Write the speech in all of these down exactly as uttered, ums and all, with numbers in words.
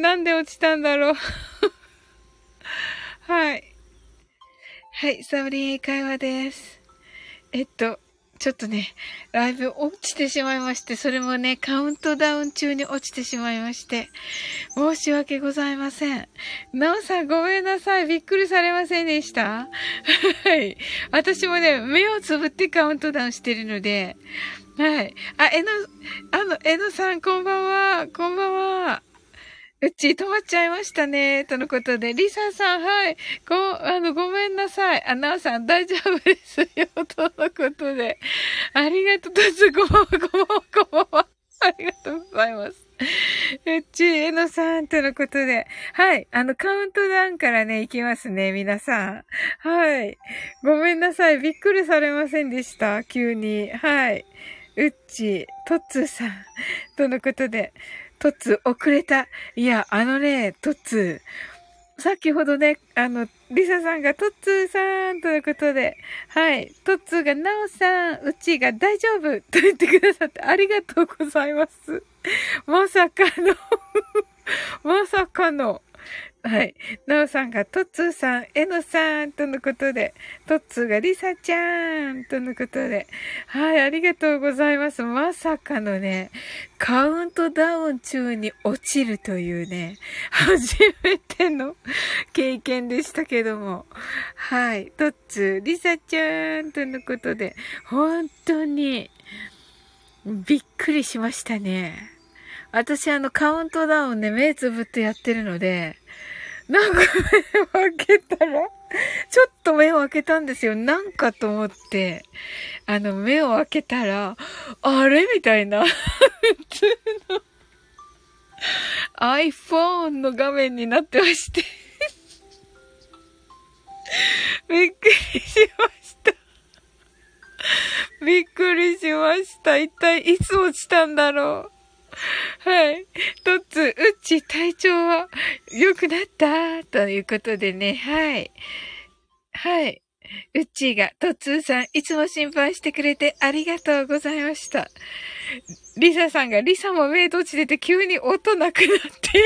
なんで落ちたんだろう。はい。はい、サオリン英会話です。えっと、ちょっとね、ライブ落ちてしまいまして、それもね、カウントダウン中に落ちてしまいまして、申し訳ございません。なおさんごめんなさい。びっくりされませんでしたはい。私もね、目をつぶってカウントダウンしてるので、はい。あ、えの、あの、えのさんこんばんは。こんばんは。うち止まっちゃいましたね。とのことで。リサさん、はい。ご、あの、ごめんなさい。あ、なおさん、大丈夫ですよ。とのことで。ありがとう。どうぞ、ごまん、ごまん、ごまんは。ありがとうございます。うち、えのさん、とのことで。はい。あの、カウントダウンからね、いきますね。皆さん。はい。ごめんなさい。びっくりされませんでした急に。はい。うっち、とっつーさん。とのことで。トッツー、遅れた。いや、あのね、トッツー、先ほどね、あの、リサさんがトッツーさんということで、はい、トッツーがナオさん、うちが大丈夫と言ってくださってありがとうございます。まさかのまさかの、はい。なおさんが、トッツーさん、えのさん、とのことで、トッツーがリサちゃん、とのことで、はい、ありがとうございます。まさかのね、カウントダウン中に落ちるというね、初めての経験でしたけども、はい、トッツー、リサちゃん、とのことで、本当に、びっくりしましたね。私あのカウントダウンね、目つぶってやってるので、なんか目を開けたら、ちょっと目を開けたんですよ。なんかと思って、あの目を開けたら、あれみたいな、普通の iPhone の画面になってましてびっくりしました。びっくりしました。一体いつ落ちたんだろう。はい。トッツ、うっち、体調は良くなったということでね。はい。はい。うっちーが、トッツーさん、いつも心配してくれてありがとうございました。リサさんが、リサも目閉じてて急に音なくなって、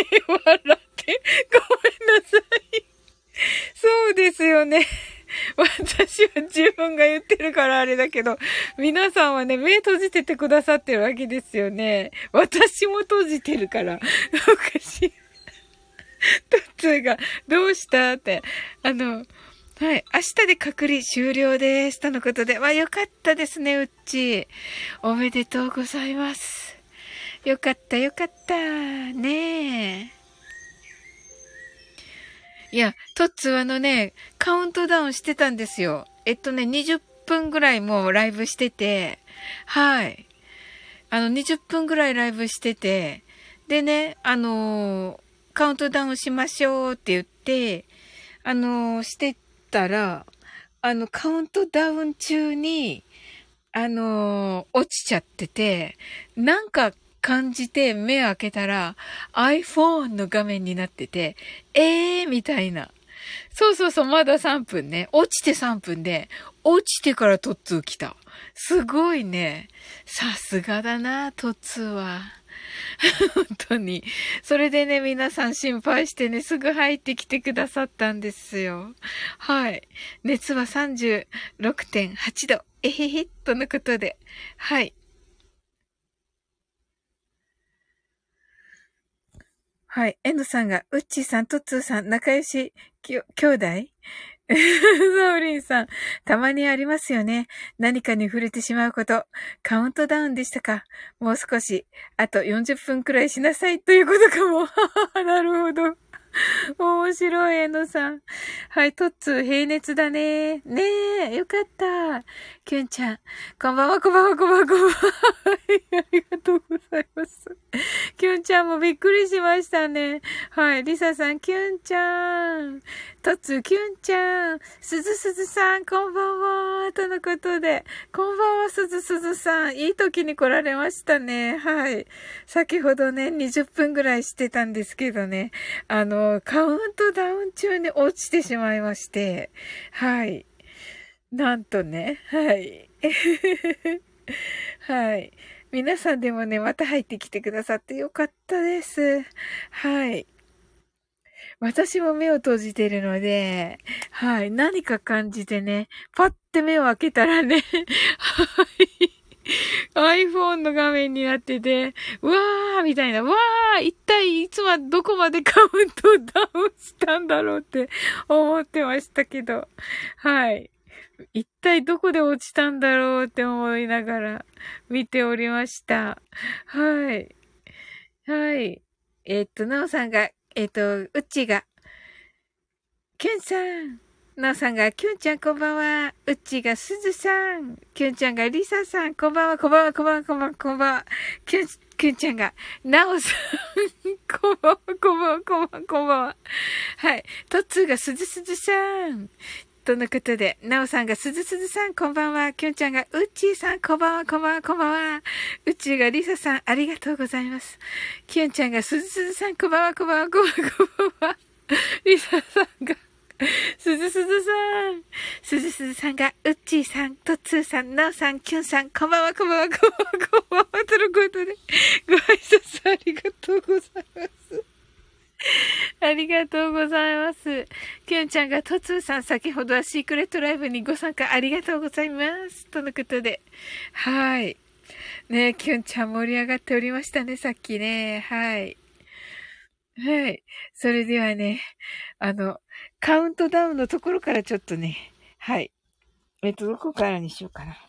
笑って、ごめんなさい。そうですよね。私は自分が言ってるからあれだけど、皆さんはね、目閉じててくださってるわけですよね。私も閉じてるから。おかしい。トッツーが、どうしたって。あの、はい。明日で隔離終了です。とのことで。わ、よかったですね、うっち。おめでとうございます。よかった、よかった。ねえ。いや、トッツーあのね、カウントダウンしてたんですよ。えっとね、にじゅっぷんぐらいもうライブしてて、はい。あの、にじゅっぷんぐらいライブしてて、でね、あのーカウントダウンしましょうって言って、あのーしてたら、あの、カウントダウン中に、あのー落ちちゃってて、なんか感じて目開けたら iPhone の画面になってて、えーみたいな。そうそうそう、まださんぷんね。落ちてさんぷんで、落ちてからトッツー来た。すごいね。さすがだな、トッツーは。本当に。それでね、皆さん心配してね、すぐ入ってきてくださったんですよ。はい。熱は さんじゅうろくてんはち 度。えへへ、とのことで。はい。はい。エンドさんが、ウッチーさん、トッツーさん、仲良し、きょ、兄弟サオリンさん、たまにありますよね。何かに触れてしまうこと。カウントダウンでしたか。もう少し、あとよんじゅっぷんくらいしなさいということかも。なるほど。面白い、えのさん。はい、トッツー、平熱だね。ねえ、よかった。キュンちゃん、こんばんは、こんばんは、こんばんは、こんばんは。はい、ありがとうございます。キュンちゃんもびっくりしましたね。はい、リサさん、キュンちゃん。トッツー、キュンちゃん。すずすずさん、こんばんは。とのことで、こんばんは、すずすずさん。いい時に来られましたね。はい。先ほどね、にじゅっぷんぐらいしてたんですけどね。あの、カウントダウン中に落ちてしまいまして、はい。なんとね、はい。はい。皆さんでもね、また入ってきてくださってよかったです。はい。 私も目を閉じてるので、はい。何か感じてね、パッて目を開けたらね、はい。iPhone の画面になってて、わーみたいな、わー一体いつま、どこまでカウントダウンしたんだろうって思ってましたけど、はい。一体どこで落ちたんだろうって思いながら見ておりました。はい。はい。えっと、なおさんが、えっと、うっちが、きゅんさん。なおさんが、きゅんちゃんこんばんは。うっちが、すずさん。きゅんちゃんが、りささん。こんばんは、こんばんは、こんばんは、こんばんは、こんばんは。きゅん、きゅんちゃんが、なおさん。こんばんは、こんばんは、こんばんは、こんばんは。はい。とっつーが、すずすずさん。とのことで、なおさんが、すずすずさん、こんばんは。きゅんちゃんが、うっちーさん、こんばんは、こんばんは、こんばんは。うっちーが、りささん、ありがとうございます。きゅんちゃんが、すずすずさん、こんばんは、こんばんは、こんばんは、こんばんは。りささんが、すずすずさん。すずすずさんが、うっちーさん、とつーさん、なおさん、きゅんさん、こんばんは、こんばんは、こんばんは、こんばんは、とのことで、ご挨拶ありがとうございます。ありがとうございます。きゅんちゃんが、とつーさん、先ほどはシークレットライブにご参加ありがとうございます。とのことで。はい。ねえ、きゅんちゃん盛り上がっておりましたね、さっきね。はい。はい。それではね、あの、カウントダウンのところからちょっとね、はい。えっと、どこからにしようかな。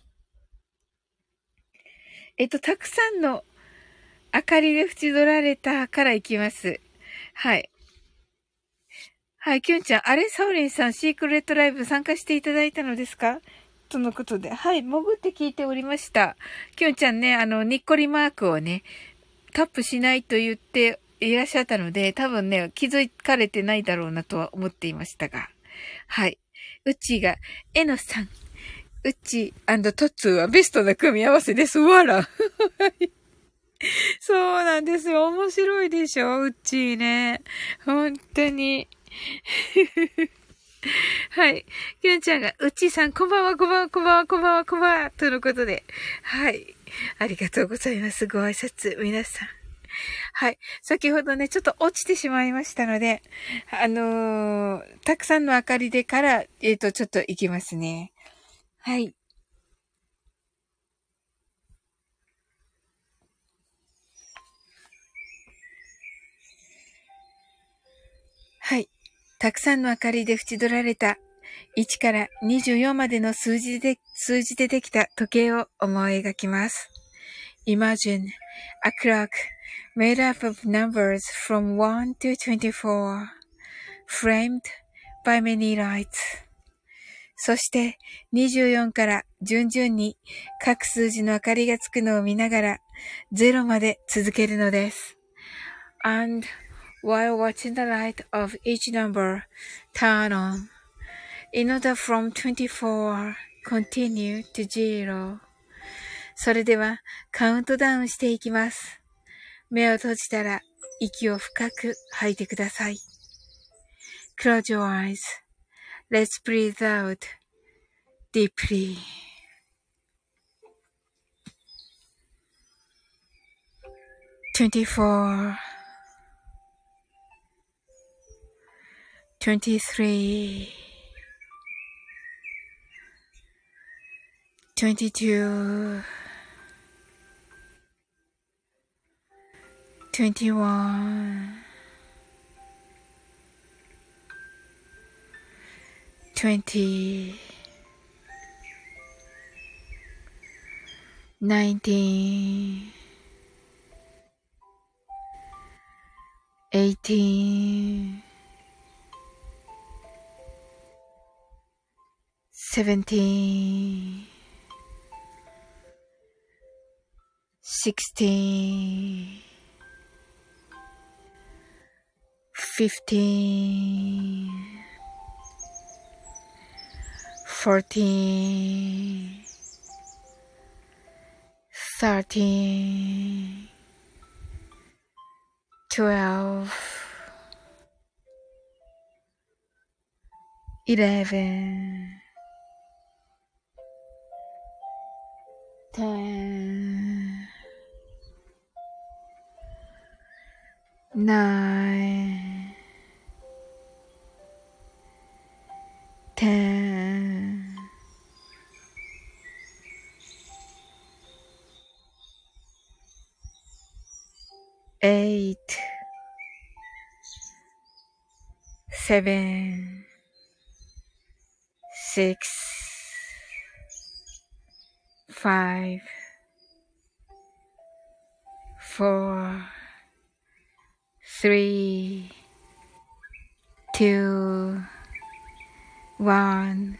えっと、たくさんの明かりで縁取られたからいきます。はい。はい、きゅんちゃん、あれサオリンさん、シークレットライブ参加していただいたのですかとのことで。はい、潜って聞いておりました。きゅんちゃんね、あの、にっこりマークをね、タップしないと言っていらっしゃったので、多分ね、気づかれてないだろうなとは思っていましたが。はい。うちが、えのさん、うちトッツーはベストな組み合わせです。わら。そうなんですよ。面白いでしょうちね。本当に。はい。きゅんちゃんが、うちさん、こんばんは、こんばんは、こんばんは、こんばんは、こんばんは、とのことで。はい。ありがとうございます。ご挨拶、皆さん。はい。先ほどね、ちょっと落ちてしまいましたので、あのー、たくさんの明かりでから、えっと、ちょっと行きますね。はい。はい。たくさんの明かりで縁取られたいちからにじゅうよんまでの数字で、数字でできた時計を思い描きます。Imagine a clock made up of numbers from one to twenty-four, framed by many lights. そしてにじゅうよんから順々に各数字の明かりがつくのを見ながらゼロまで続けるのです。And while watching the light of each number turn on, in order from twenty-four continue to zero. それではカウントダウンしていきます。目を閉じたら息を深く吐いてください。Close your eyes. Let's breathe out deeply. twenty-four, twenty-three, twenty-two, twenty-one, twenty, nineteen, eighteen, seventeen, sixteen, fifteen, fourteen, thirteen, twelve, eleven, ten, nine, eight, seven, six, five, four, three, two, one,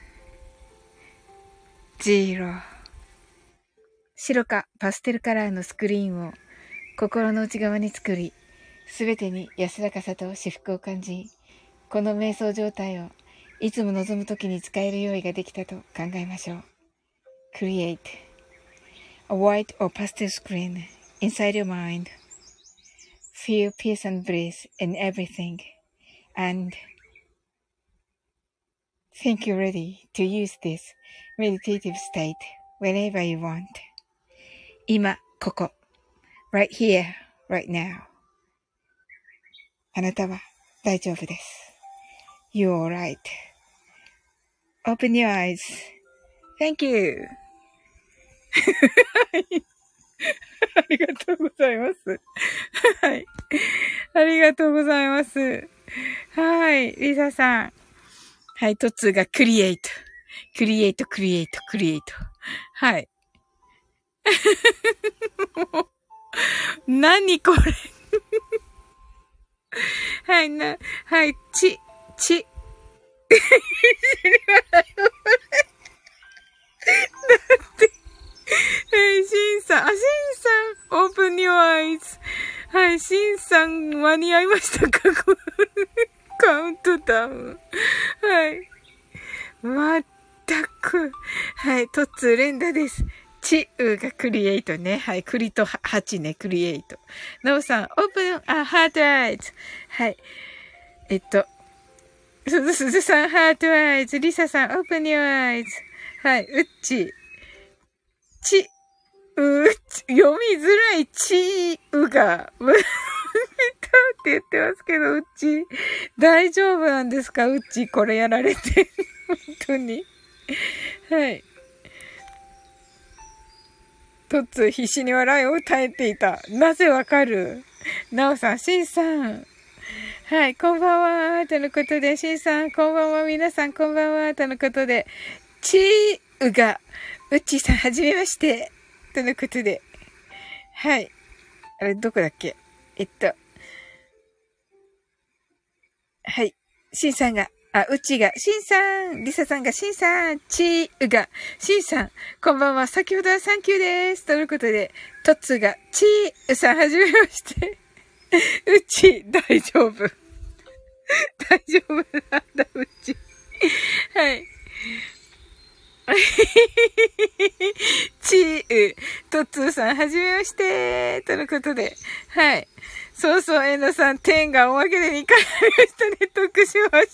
zero。白かパステルカラーのスクリーンを心の内側に作り、すべてに安らかさと至福を感じ、この瞑想状態をいつも望むときに使える用意ができたと考えましょう。Create a white or pastel screen inside your mind. Feel peace and bliss in everything. And think you're ready to use this meditative state whenever you want. 今、ここ。right here, right now. あなたは大丈夫です。You're alright. Open your eyes. Thank you. ありがとうございます。はい。ありがとうございます。はい。リサさん。はい。トツーがクリエイト。クリエイト、クリエイト、クリエイト。はい。何これはい、な、はい、ち、ち。知りません。だって、はい、シンさん、あ、シンさん、オープンニューアイズ。はい、シンさん、間に合いましたかカウントダウン。はい。まったく。はい、トッツー連打です。チウがクリエイトね。はい。クリとハチね、クリエイト。ナオさん、オープン、あ、ハートアイズ。はい。えっと、すずすずさん、ハートアイズ。リサさん、オープンニューアイズ。はい。ウッチ。チ、う、読みづらいチウが、うって言ってますけど、うち、大丈夫なんですかうち、これやられて。本当に。はい。トッツー必死に笑いを耐えていた。なぜわかる？ナオさん、シンさん。はい、こんばんは。とのことで、シンさん、こんばんは。皆さん、こんばんは。とのことで、チーウが、ウッチーさん、はじめまして。とのことで。はい。あれ、どこだっけ？えっと。はい。シンさんが、あ、うちが、しんさん、りささんが、しんさん、ちーが、しんさん、こんばんは、先ほどはサンキューです。ということで、とっつーが、ちーさん、はじめまして。うち、大丈夫。大丈夫なんだ、うち。はい。ちー、とっつーさん、はじめまして。ということで、はい。そうそう、えのさん、天がおまけでにかいありましたね。得しました。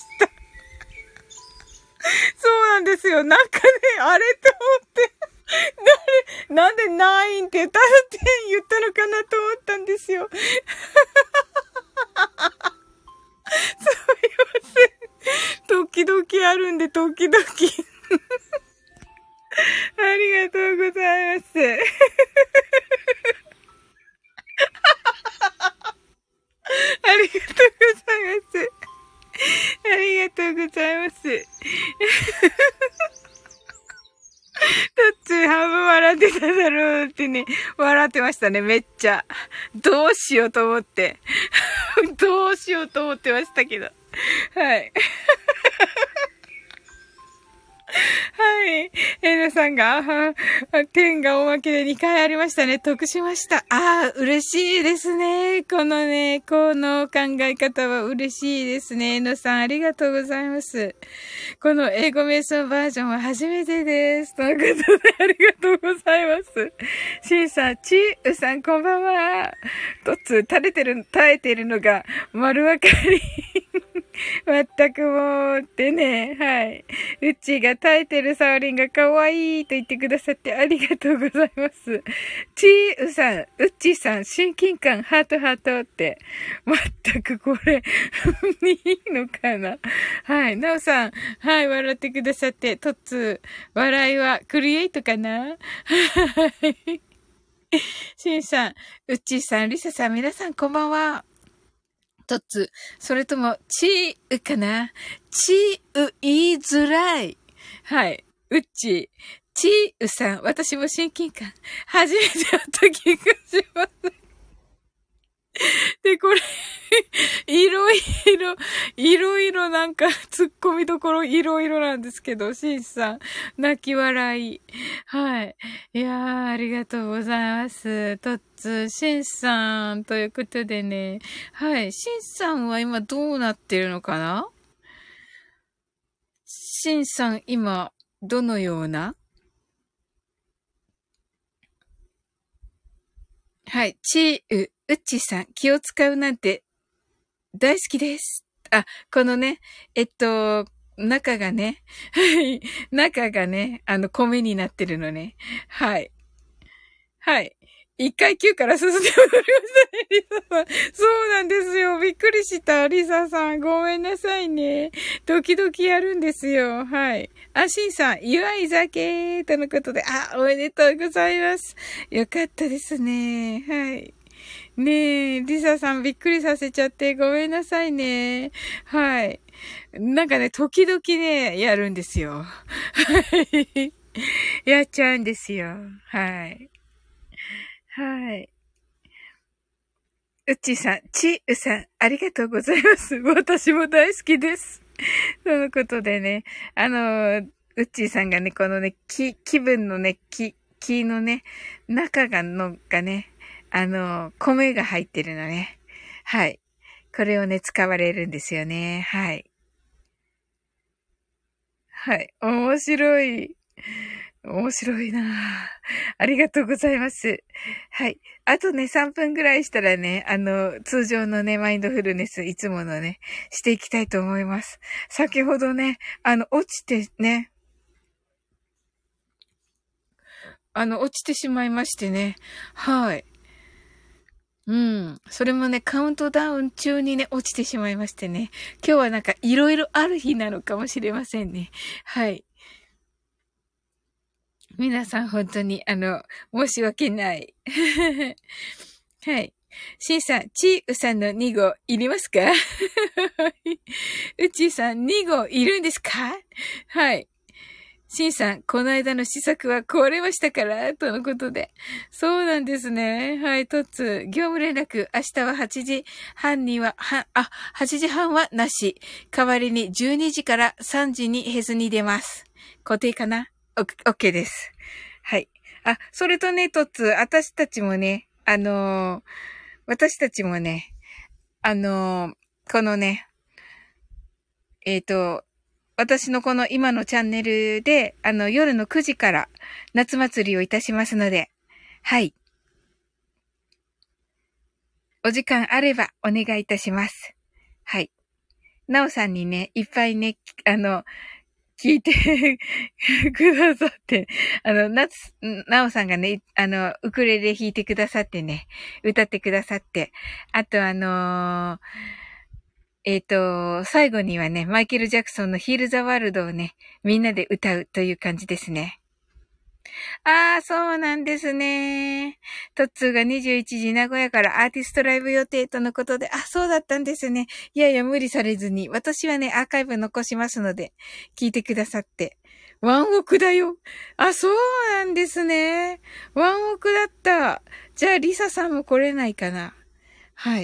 そうなんですよ。なんかね、あれと思って、なんで、なんでないんって言ったら天言ったのかなと思ったんですよ。すみません。時々あるんで、時々。ありがとうございます。ありがとうございます。ありがとうございます。タッツー半分笑ってただろうってね、笑ってましたね、めっちゃ。どうしようと思って。どうしようと思ってましたけど。はい。はい。エナさんが、あ天がおまけでにかいありましたね。得しました。ああ、嬉しいですね。このね、この考え方は嬉しいですね。エナさん、ありがとうございます。この英語瞑想バージョンは初めてです。ということで、ありがとうございます。シンさん、チーウさん、こんばんは。とつ、垂れてる、耐えてるのが丸分かり。まったくもうってね、はい。うちが耐えてるサオリンが可愛いと言ってくださってありがとうございます。ちーうさん、うっちーさん、親近感、ハートハートって。まったくこれ、いいのかな。はい。なおさん、はい、笑ってくださって、とっつ、笑いはクリエイトかなはい。 しんさん、うっちーさん、りささん、皆さんこんばんは。とっつ、それとも、ちうかなちう言いづらい。はい。うっち、ちうさん、私も親近感。初めて会った気がします。で、これ、いろいろ、いろいろなんか、突っ込みどころいろいろなんですけど、シンさん、泣き笑い。はい。いやー、ありがとうございます。とっつ、シンさん、ということでね。はい。シンさんは今どうなってるのかな？シンさん、今、どのような？はい。ちう、うっちさん、気を使うなんて大好きです。あ、このね、えっと、中がね、はい。中がね、あの、米になってるのね。はい。はい。一回級から進んで戻りましたね、リサさん。そうなんですよ。びっくりした、リサさん。ごめんなさいね。時々やるんですよ。はい。あ、シンさん、祝い酒とのことで、あ、おめでとうございます。よかったですね。はい。ねえ、リサさんびっくりさせちゃってごめんなさいね。はい。なんかね、時々ね、やるんですよ。はい。やっちゃうんですよ。はい。はい。うっちーさん、ちうさん、ありがとうございます。私も大好きです。そのことでね、あの、うっちーさんがね、このね、気、気分のね、気、気のね、中がのがね、あの、米が入ってるのね。はい。これをね、使われるんですよね。はい。はい。面白い。面白いなぁ。ありがとうございます。はい。あとね、さんぷんぐらいしたらね、あの、通常のね、マインドフルネス、いつものね、していきたいと思います。先ほどね、あの、落ちてね、あの、落ちてしまいましてね。はい。うん。それもね、カウントダウン中にね、落ちてしまいましてね。今日はなんかいろいろある日なのかもしれませんね。はい。皆さん本当に、あの、申し訳ない。はい。シンさん、チーウさんのに号いりますか？うちーさんに号いるんですか？はい。シンさん、この間の試作は壊れましたからとのことで。そうなんですね。はい、トッツ。業務連絡、明日ははちじはんには、は、あ、はちじはんはなし。代わりにじゅうにじからさんじにヘズに出ます。固定かな？オッケーです。はい。あ、それとね、トッツ、私たちもね、あのー、私たちもね、あのー、このね、えっと、私のこの今のチャンネルで、あの、夜のくじから夏祭りをいたしますので、はい。お時間あればお願いいたします。はい。なおさんにね、いっぱいね、あの、聞いてくださって、あの、なつ、なおさんがね、あの、ウクレレ弾いてくださってね、歌ってくださって、あとあのー、えっと、最後にはね、マイケル・ジャクソンのヒール・ザ・ワールドをね、みんなで歌うという感じですね。ああ、そうなんですね。トッツーがにじゅういちじ名古屋からアーティストライブ予定とのことで、あ、そうだったんですね。いやいや、無理されずに。私はね、アーカイブ残しますので、聞いてくださって。ワンオクだよ。あ、そうなんですね。ワンオクだった。じゃあ、リサさんも来れないかな。はい。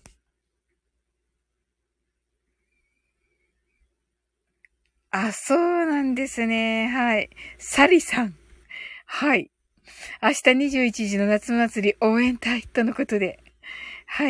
あ、そうなんですね。はい。サリさん。はい。明日にじゅういちじの夏祭り応援隊とのことで。はい。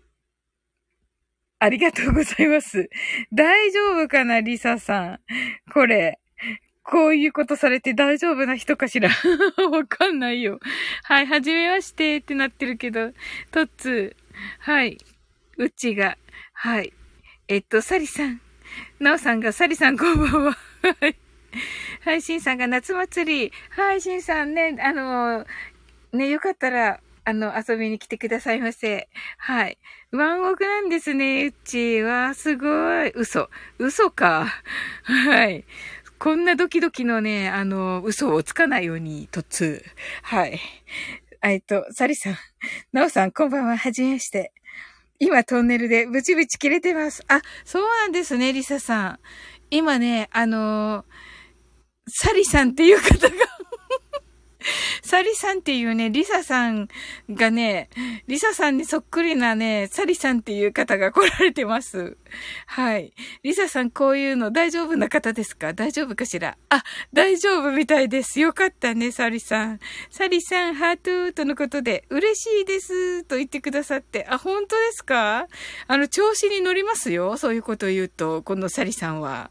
ありがとうございます。大丈夫かな、リサさん。これ。こういうことされて大丈夫な人かしら。わかんないよ。はい、はじめましてってなってるけど、トッツー。はい。うちが。はい。えっと、サリさん。ナオさんが、サリさんこんばんは。はい。はい、シンさんが夏祭り。はい、シンさんね、あの、ね、よかったら、あの、遊びに来てくださいませ。はい。ワンオクなんですね、うち。わー、すごい。嘘。嘘か。はい。こんなドキドキのね、あの、嘘をつかないように、とつ。はい。 えっと、サリさん、ナオさん、こんばんは、はじめまして。今、トンネルでブチブチ切れてます。あ、そうなんですね、リサさん。今ね、あのー、サリさんっていう方がサリさんっていうね、リサさんがね、リサさんにそっくりなね、サリさんっていう方が来られてます。はい。リサさんこういうの大丈夫な方ですか？大丈夫かしら？あ、大丈夫みたいです。よかったね、サリさん。サリさん、ハートとのことで、嬉しいですと言ってくださって。あ、本当ですか？あの、調子に乗りますよ。そういうことを言うと、このサリさんは。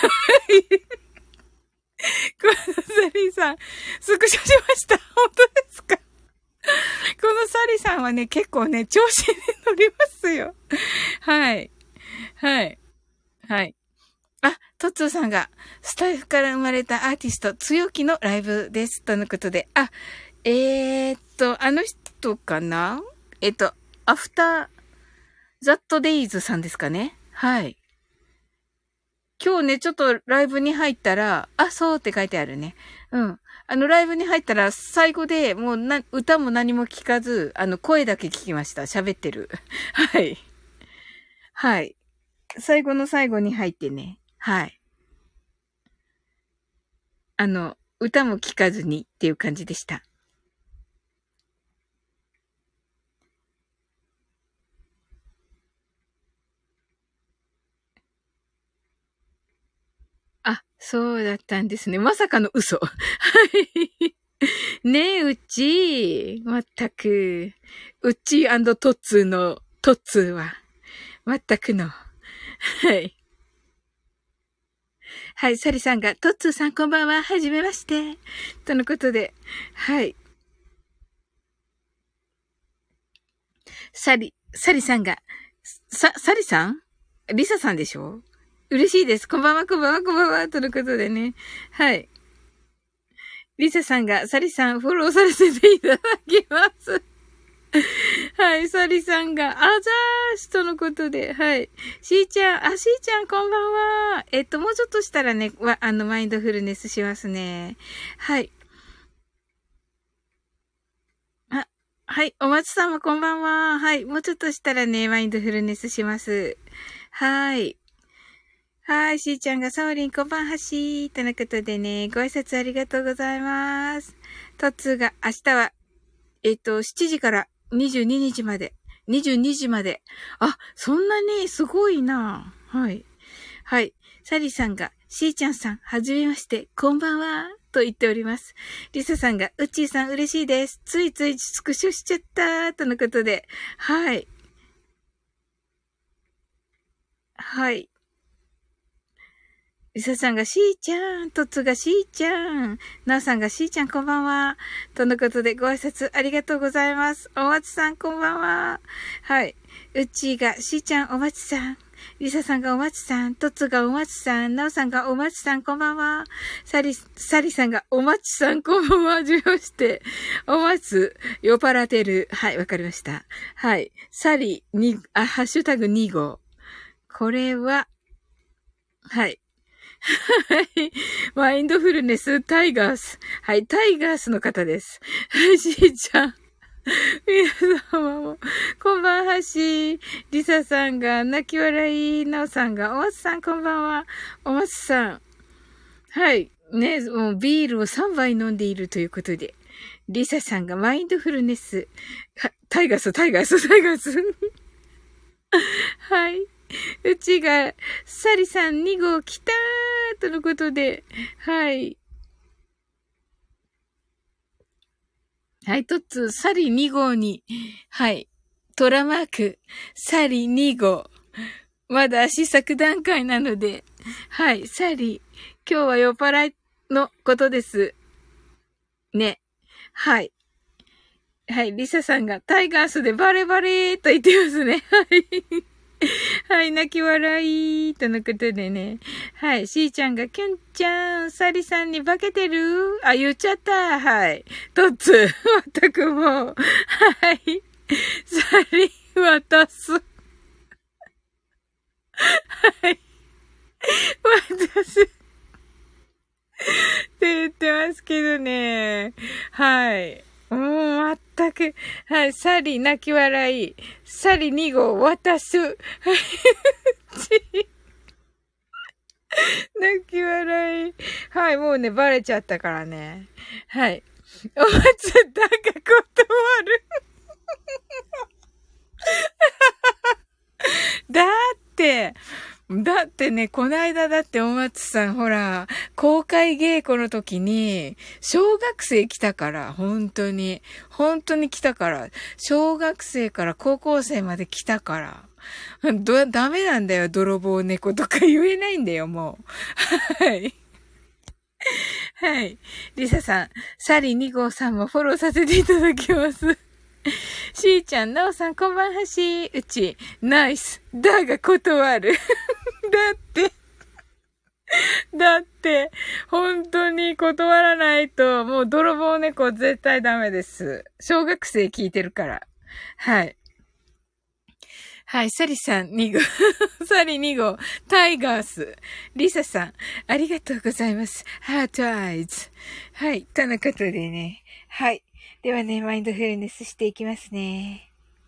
このサリーさん、スクショしました。本当ですか？このサリさんはね、結構ね、調子に乗りますよ。はい。はい。はい。あ、トッツーさんが、スタイフから生まれたアーティスト、強気のライブです。とのことで。あ、えー、っと、あの人かな？えっと、アフター、ザットデイズさんですかね？はい。今日ね、ちょっとライブに入ったら、あ、そうって書いてあるね。うん。あの、ライブに入ったら、最後でもうな、歌も何も聞かず、あの、声だけ聞きました。喋ってる。はい。はい。最後の最後に入ってね。はい。あの、歌も聞かずにっていう感じでした。あ、そうだったんですね。まさかの嘘。はい。ねえ、うち、まったく、うちトッツーのトッツーは、まったくの。はい。はい、サリさんが、トッツーさんこんばんは、はじめまして。とのことで、はい。サリ、サリさんが、さ、サリさんリサさんでしょ？嬉しいです。こんばんは、こんばんは、こんばんは。とのことでね。はい。リサさんが、サリさん、フォローさせていただきます。はい、サリさんが、あざーしとのことで、はい。しーちゃん、あ、しーちゃん、こんばんは。えっと、もうちょっとしたらね、わ、あの、マインドフルネスしますね。はい。あ、はい、お松さんもこんばんは。はい、もうちょっとしたらね、マインドフルネスします。はい。はい、しーちゃんが、サオリン、こんばんはしー。とのことでね、ご挨拶ありがとうございます。トッツーが、明日は、えっと、しちじからにじゅうににちまで、にじゅうにじまで。あ、そんなに、すごいな。はい。はい。サリさんが、しーちゃんさん、はじめまして、こんばんは。と言っております。リサさんが、うっちーさん嬉しいです。ついついスクショしちゃった。とのことで。はい。はい。リサさんがしーちゃん、トツがしーちゃん、なおさんがしーちゃんこんばんは。とのことでご挨拶ありがとうございます。おまちさんこんばんは。はい。うっちーがしーちゃんおまちさん。リサさんがおまちさん。トツがおまちさん。なおさんがおまちさんこんばんは。サリ、サリさんがおまちさんこんばんは。じめまして。おまつ、酔っ払ってる。はい、わかりました。はい。サリ、に、あ、ハッシュタグに号。これは、はい。はい。マインドフルネス、タイガース。はい、タイガースの方です。はい、しーちゃん。皆様も、こんばんはし。リサさんが、泣き笑い。なおさんが、お松さんこんばんは。お松さん。はい。ね、もうビールをさんばい飲んでいるということで。リサさんがマインドフルネス。タイガース、タイガース、タイガース。はい。うちが、サリさんに号来たーとのことで、はい。はい、トッツー、サリに号に、はい。トラマーク、サリに号。まだ試作段階なので、はい、サリ、今日は酔っ払いのことです。ね。はい。はい、リサさんがタイガースでバレバレーと言ってますね。はい。はい、泣き笑い、とのことでね。はい、しーちゃんが、キュンちゃん、サリさんに化けてるあ、言っちゃった。はい。トッツー、まったくもう。はい。サリ、渡す。はい。渡す。って言ってますけどね。はい。 もう、全く。はい、サリ泣き笑い。サリに号渡す。はい、泣き笑い。はい、もうね、バレちゃったからね。はい。お松だが断る。だって、だってね、こないだだってお松さん、ほら、公開稽古の時に、小学生来たから、本当に。本当に来たから。小学生から高校生まで来たから。ど、ダメなんだよ、泥棒猫とか言えないんだよ、もう。はい。はい。リサさん、サリに号さんもフォローさせていただきます。しーちゃん、なおさん、こんばんはしー。うち、ナイス。だが断る。だって、だって、本当に断らないと、もう泥棒猫絶対ダメです。小学生聞いてるから。はい。はい、サリさんに号、サリに号、タイガース。リサさん、ありがとうございます。ハートアイズ。はい、とのことでね。はい。ではね、マインドフルネスしていきますね。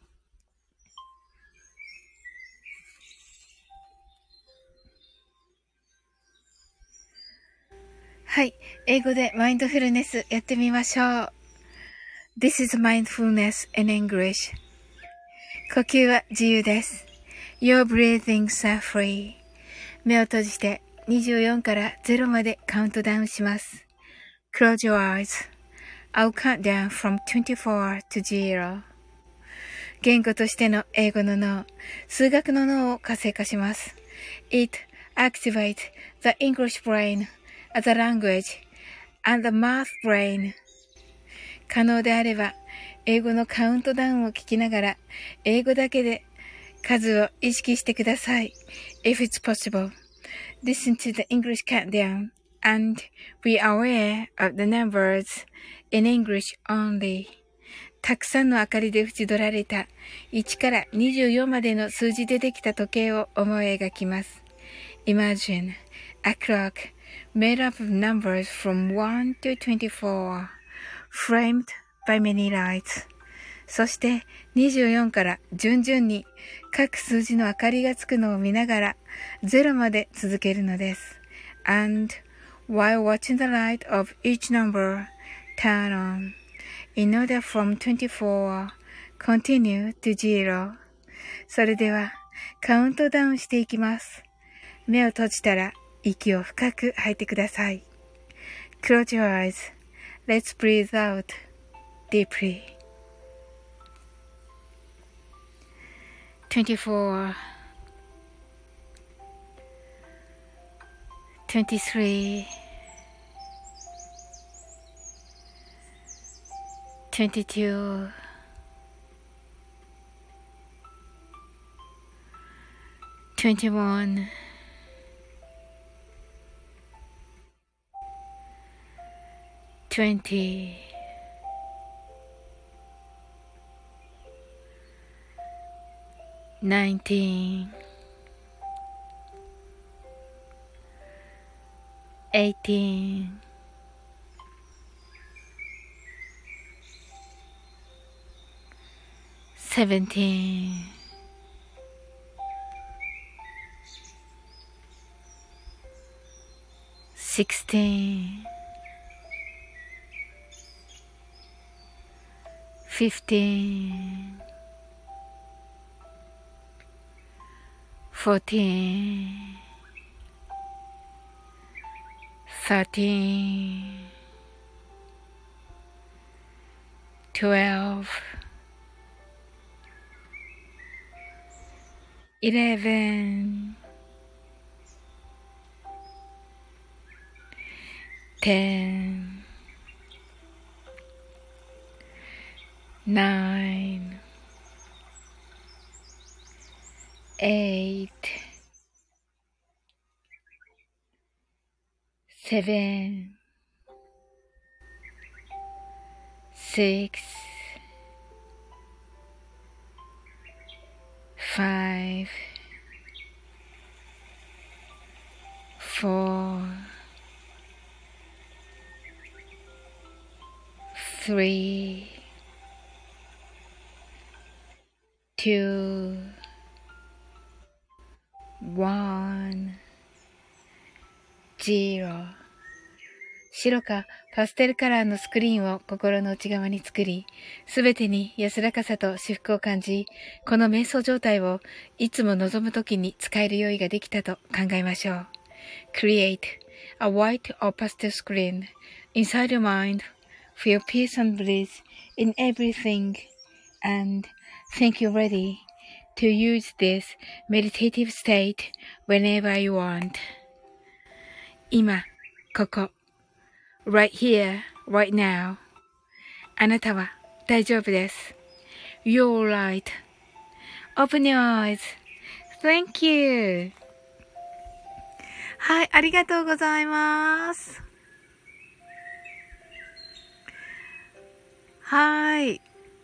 はい。英語でマインドフルネスやってみましょう。This is mindfulness in English. 呼吸は自由です。Your breathings are free. 目を閉じてにじゅうよんからゼロまでカウントダウンします。Close your eyes.I'll count down from twenty-four to zero. 言語としての英語の脳、数学の脳を活性化します。It activates the English brain as a language and the math brain. 可能であれば、英語のカウントダウンを聞きながら、英語だけで数を意識してください。If it's possible, listen to the English countdown and be aware of the numbers in English only. たくさんの明かりで縁取られたいちからにじゅうよんまでの数字でできた時計を思い描きます。Imagine a clock made up of numbers from one to twenty-four, framed by many lights. そしてにじゅうよんから順々に各数字の明かりがつくのを見ながらゼロまで続けるのです。And while watching the light of each number turn on, in order from twenty-four, continue to zero. それではカウントダウンしていきます。目を閉じたら息を深く吐いてください。Close your eyes. Let's breathe out deeply. twenty-four, twenty-three, twenty-two, twenty-one, twenty, nineteen, eighteen, seventeen, sixteen, fifteen, fourteen, thirteen, twelve, eleven, ten, nine, eight, seven, six, five, four, three, two, one, zero。白かパステルカラーのスクリーンを心の内側に作り、すべてに安らかさと至福を感じ、この瞑想状態をいつも望むときに使える用意ができたと考えましょう。Create a white or pastel screen inside your mind. Feel peace and bliss in everything and think you're ready to use this meditative state whenever you want. 今、ここ。right here, right now. あなたは大丈夫です。You're right. Open your eyes. Thank you. はい、ありがとうございます。はい。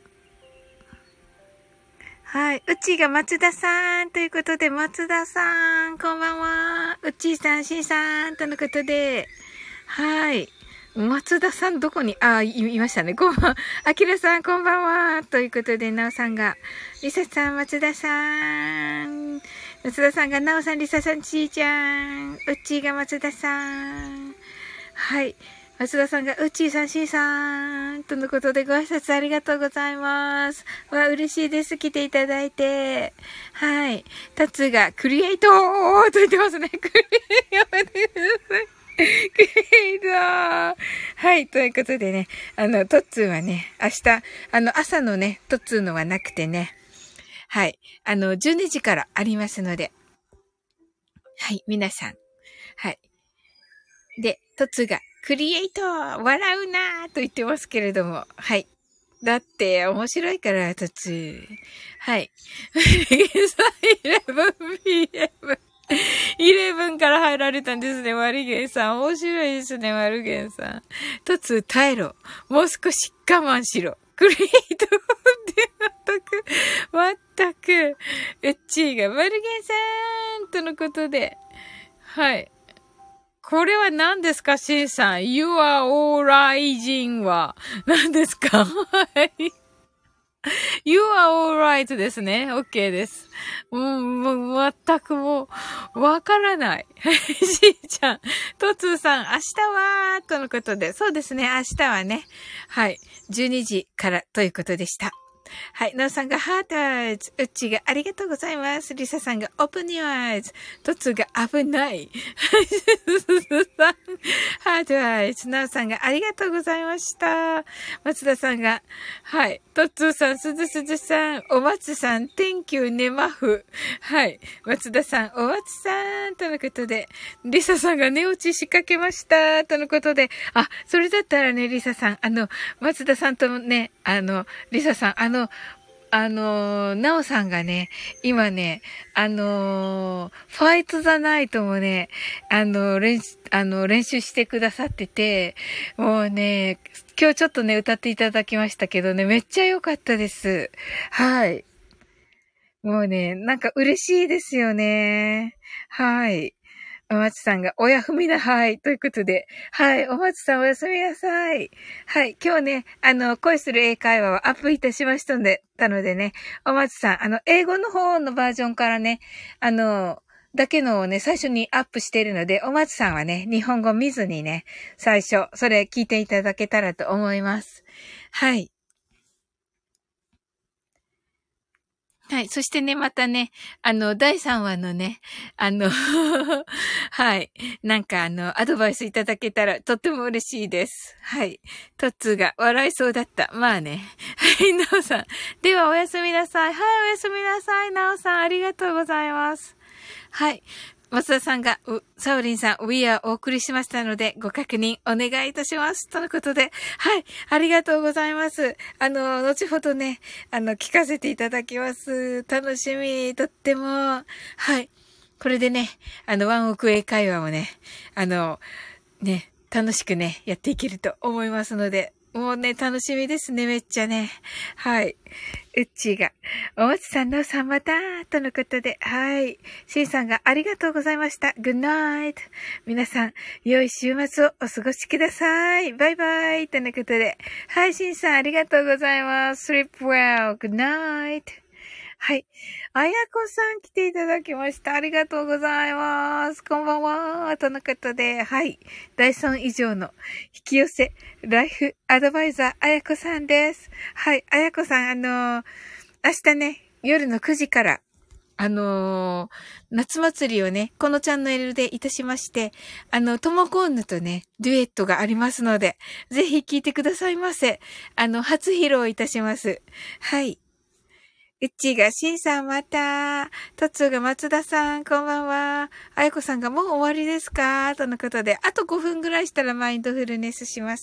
はい。うちが松田さんということで、松田さん、こんばんは。うちさん、しんさんとのことで、はい。松田さんどこに、あ、い、いましたね。こんばんは。あきらさんこんばんは。ということで、なおさんが、りささん、松田さん。松田さんが、なおさん、りささん、ちーちゃん。うっちーが松田さん。はい。松田さんが、うっちーさん、しーさん。とのことで、ご挨拶ありがとうございます。わ、嬉しいです。来ていただいて。はい。たつが、クリエイトーと言ってますね。クリエイトやめてください。クリエイトー。はい。ということでね、あの、トッツーはね、明日、あの、朝のね、トッツーのはなくてね、はい。あの、じゅうにじからありますので、はい。皆さん。はい。で、トッツーが、クリエイトー笑うなーと言ってますけれども、はい。だって、面白いから、トッツー。はい。じゅういちピーエム。じゅういちから入られたんですね、マリゲンさん。面白いですね、マルゲンさん。トツ耐えろ。もう少し我慢しろ。クリエイトって全く、全く、うっちーがマルゲンさんとのことで。はい。これは何ですか、シンさん。You are all rising は何ですか？はい。You are alright ですね。OK です。もう、もう、全くもう、わからない。しーちゃん、とつーさん、明日は、とのことで。そうですね、明日はね。はい。じゅうにじからということでした。はい。なおさんがハートアイズ。うっちがありがとうございます。りささんがオープニューアイズ。とつが危ない。はい。すすすさん。ハートアイズ。なおさんがありがとうございました。松田さんが、はい。とつーさん、すずすずさん、お松さん、Thank you ねまふ。はい。松田さん、お松さん、とのことで、りささんが寝落ち仕掛けました、とのことで、あ、それだったらね、りささん、あの、松田さんとね、あの、りささん、あの、あの、なおさんがね、今ね、あの、ファイトザナイトもね、あの、練習、あの、練習してくださってて、もうね、今日ちょっとね、歌っていただきましたけどね、めっちゃ良かったです。はい。もうね、なんか嬉しいですよね。はい。お松さんが、おやふみな、はい。ということで、はい。お松さんおやすみなさい。はい。今日ね、あの、恋する英会話をアップいたしましたので、たのでね、お松さん、あの、英語の方のバージョンからね、あの、だけのをね、最初にアップしているので、お松さんはね、日本語見ずにね、最初、それ聞いていただけたらと思います。はい。はい。そしてね、またね、あの、だいさんわのね、あの、はい。なんかあの、アドバイスいただけたらとっても嬉しいです。はい。トッツーが笑いそうだった。まあね。はい、なおさん。ではおやすみなさい。はい、おやすみなさい。なおさん、ありがとうございます。はい。松田さんが、サオリンさん、We are お送りしましたので、ご確認お願いいたします。とのことで、はい、ありがとうございます。あの、後ほどね、あの、聞かせていただきます。楽しみ、とっても。はい。これでね、あの、ワンオク英会話をね、あの、ね、楽しくね、やっていけると思いますので、もうね、楽しみですね、めっちゃね。はい。うっちーが、おもつさんのさんまたとのことで、はい。しんさんがありがとうございました。Good night. 皆さん、良い週末をお過ごしください。バイバイ。とのことで、はい、しんさんありがとうございます。Sleep well. Good night. はい。あやこさん来ていただきました。ありがとうございます。こんばんは。とのことで、はい。だいさん以上の引き寄せ、ライフアドバイザー、あやこさんです。はい。あやこさん、あのー、明日ね、夜のくじから、あのー、夏祭りをね、このチャンネルでいたしまして、あの、ともこんぬとね、デュエットがありますので、ぜひ聴いてくださいませ。あの、初披露いたします。はい。うっちーが、しんさんまた、とつーが松田さん、こんばんは。あやこさんがもう終わりですかとのことで、あとごふんぐらいしたらマインドフルネスします。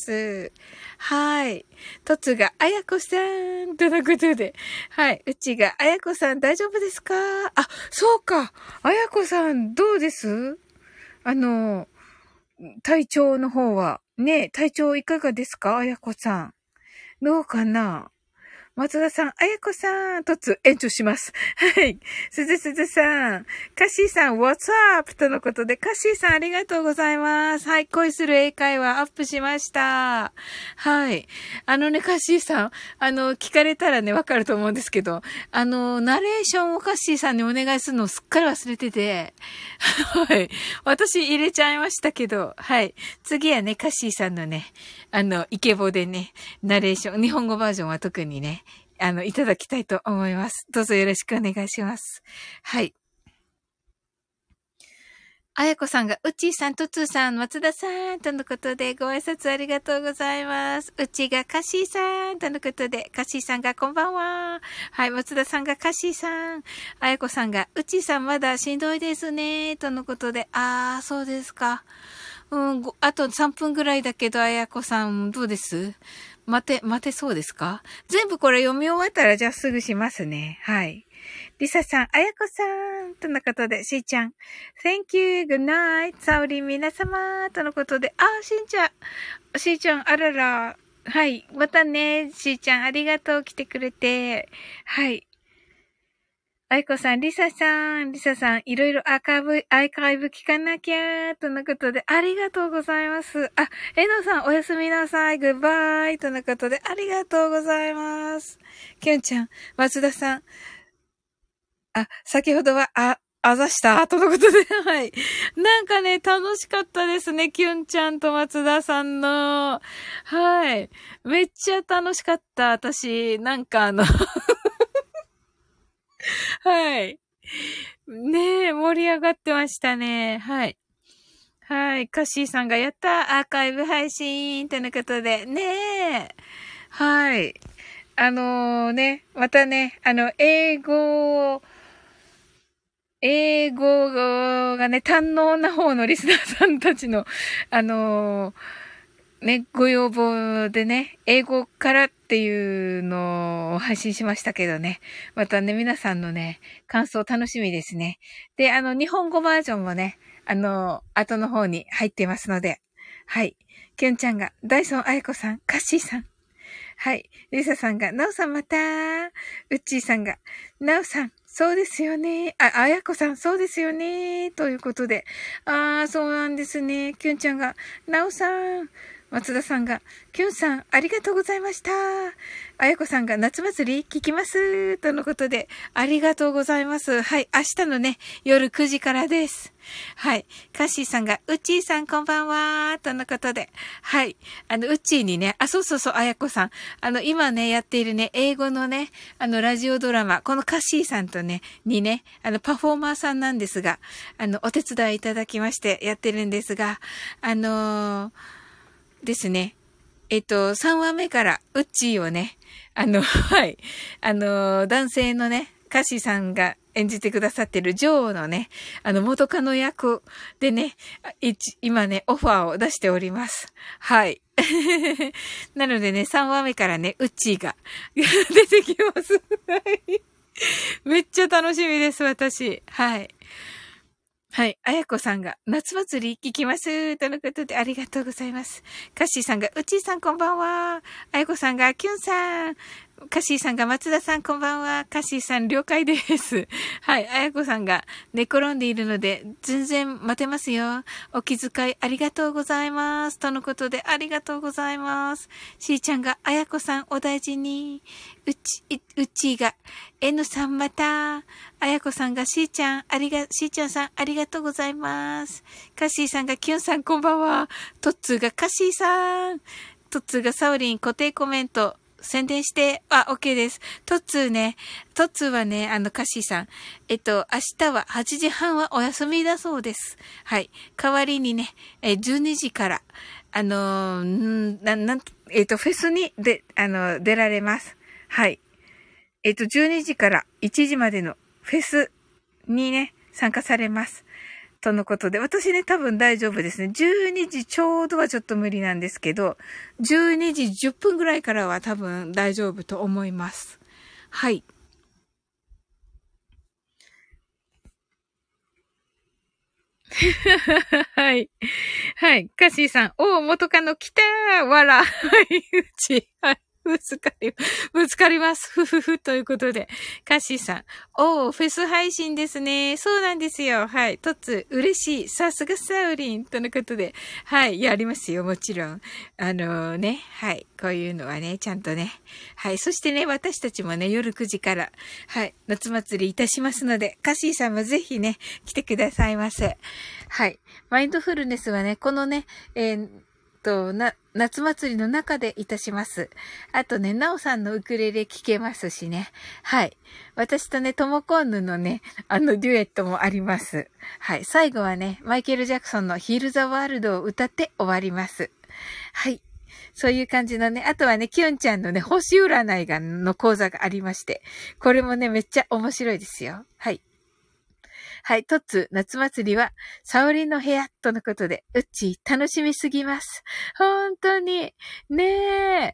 はい。とつーが、あやこさん、とのことで、はい。うっちーが、あやこさん大丈夫ですかあ、そうか。あやこさん、どうですあの、体調の方は。ね、体調いかがですかあやこさん。どうかな松田さん、あやこさん、とつ、延長します。はい。すずすずさん、カッシーさん、what's up? とのことで、カッシーさん、ありがとうございます。はい。恋する英会話アップしました。はい。あのね、カッシーさん、あの、聞かれたらね、わかると思うんですけど、あの、ナレーションをカッシーさんにお願いするのをすっかり忘れてて、はい。私入れちゃいましたけど、はい。次はね、カッシーさんのね、あの、イケボでね、ナレーション、日本語バージョンは特にね、あの、いただきたいと思います。どうぞよろしくお願いします。はい。あやこさんが、うちーさん、とつーさん、松田さん、とのことで、ご挨拶ありがとうございます。うちが、かしーさん、とのことで、かしーさんが、こんばんは。はい、松田さんが、かしーさん。あやこさんが、うちーさん、まだしんどいですね、とのことで、あー、そうですか。うん、あとさんぷんぐらいだけど、あやこさん、どうです待て、待てそうですか全部これ読み終わったら、じゃあすぐしますね。はい。リサさん、あやこさん、とのことで、しーちゃん、Thank you, good night, サオリン皆様、とのことで、あ、しんちゃん、しーちゃん、あらら、はい。またね、しーちゃん、ありがとう、来てくれて。はい。あいこさん、リサさん、リサさん、いろいろアーカイブ、アーカイブ聞かなきゃ、とのことで、ありがとうございます。あ、えのさん、おやすみなさい、グッバイ、とのことで、ありがとうございます。きゅんちゃん、松田さん、あ、先ほどは、あ、あざした、とのことで、はい。なんかね、楽しかったですね、きゅんちゃんと松田さんの。はい。めっちゃ楽しかった、私。なんかあのはい。ねえ、盛り上がってましたね。はい。はい。カッシーさんがやったアーカイブ配信とのことで。ねえ。はい。あのー、ね、またね、あの、英語、英語がね、堪能な方のリスナーさんたちの、あのー、ね、ご要望でね、英語からっていうのを配信しましたけどね。またね、皆さんのね、感想楽しみですね。で、あの、日本語バージョンもね、あの、後の方に入ってますので。はい。きゅんちゃんが、ダイソンあやこさん、カッシーさん。はい。リサさんが、ナオさんまたー。ウッチーさんが、ナオさん、そうですよね。あ、あやこさん、そうですよね。ということで。あー、そうなんですね。きゅんちゃんが、ナオさん。松田さんが、きゅんさん、ありがとうございました。あやこさんが、夏祭り聞きます。とのことで、ありがとうございます。はい、明日のね、夜くじからです。はい。カッシーさんが、うっちーさんこんばんは。とのことで。はい。あの、うっちーにね、あ、そうそうそう、あやこさん。あの、今ね、やっているね、英語のね、あの、ラジオドラマ、このカッシーさんとね、にね、あの、パフォーマーさんなんですが、あの、お手伝いいただきましてやってるんですが、あのー、ですね。えっと、さんわめから、うっちーをね、あの、はい、あの、男性のね、カシさんが演じてくださってる女王のね、あの、元カノ役でね、今ね、オファーを出しております。はい。なのでね、さんわめからね、うっちーが出てきます。はい。めっちゃ楽しみです、私。はい。はい。あやこさんが、夏祭り聞きます。とのことでありがとうございます。カッシーさんが、うちーさんこんばんは。あやこさんが、きゅんさん。 カッシーさんが、松田さんこんばんは。カッシーさん了解です。はい。あやこさんが寝転んでいるので、全然待てますよ。お気遣いありがとうございます。とのことで、ありがとうございます。しーちゃんが、あやこさんお大事に。うち、うちが、N さんまた。あやこさんが、しーちゃん、ありが、しーちゃんさんありがとうございます。カッシーさんが、きゅんさんこんばんは。トッツーが、カッシーさん。トッツーが、サウリン固定コメント。宣伝して、あ、OK です。トッツーね、トッツーはね、あの、カッシーさん、えっと、明日ははちじはんはお休みだそうです。はい。代わりにね、え、じゅうにじから、あのー、んな、なん、えっと、フェスに、で、あの、出られます。はい。えっと、じゅうにじからいちじまでのフェスにね、参加されます。とのことで、私ね、多分大丈夫ですね。じゅうにじちょうどはちょっと無理なんですけど、じゅうにじじゅっぷんぐらいからは多分大丈夫と思います。はい。はい。はい。カッシーさん、おー、元カノ来たーわら。はい、うち。はい。ぶつかり、ぶつかります。ふふふ。ということで。カッシーさん。おー、フェス配信ですね。そうなんですよ。はい。トツ、嬉しい。さすがサウリン。とのことで。はい。やりますよ。もちろん。あのー、ね。はい。こういうのはね、ちゃんとね。はい。そしてね、私たちもね、夜くじから、はい。夏祭りいたしますので、カッシーさんもぜひね、来てくださいませ。はい。マインドフルネスはね、このね、えー、と、な、夏祭りの中でいたします。あとね、なおさんのウクレレ聴けますしね。はい。私とね、トモコンヌのね、あのデュエットもあります。はい。最後はね、マイケル・ジャクソンのヒール・ザ・ワールドを歌って終わります。はい。そういう感じのね、あとはね、キュンちゃんのね、星占いが、の講座がありまして、これもね、めっちゃ面白いですよ。はい。はい、トッツ、夏祭りは、サオリンの部屋とのことで、うっちー、楽しみすぎます。本当に、ねえ。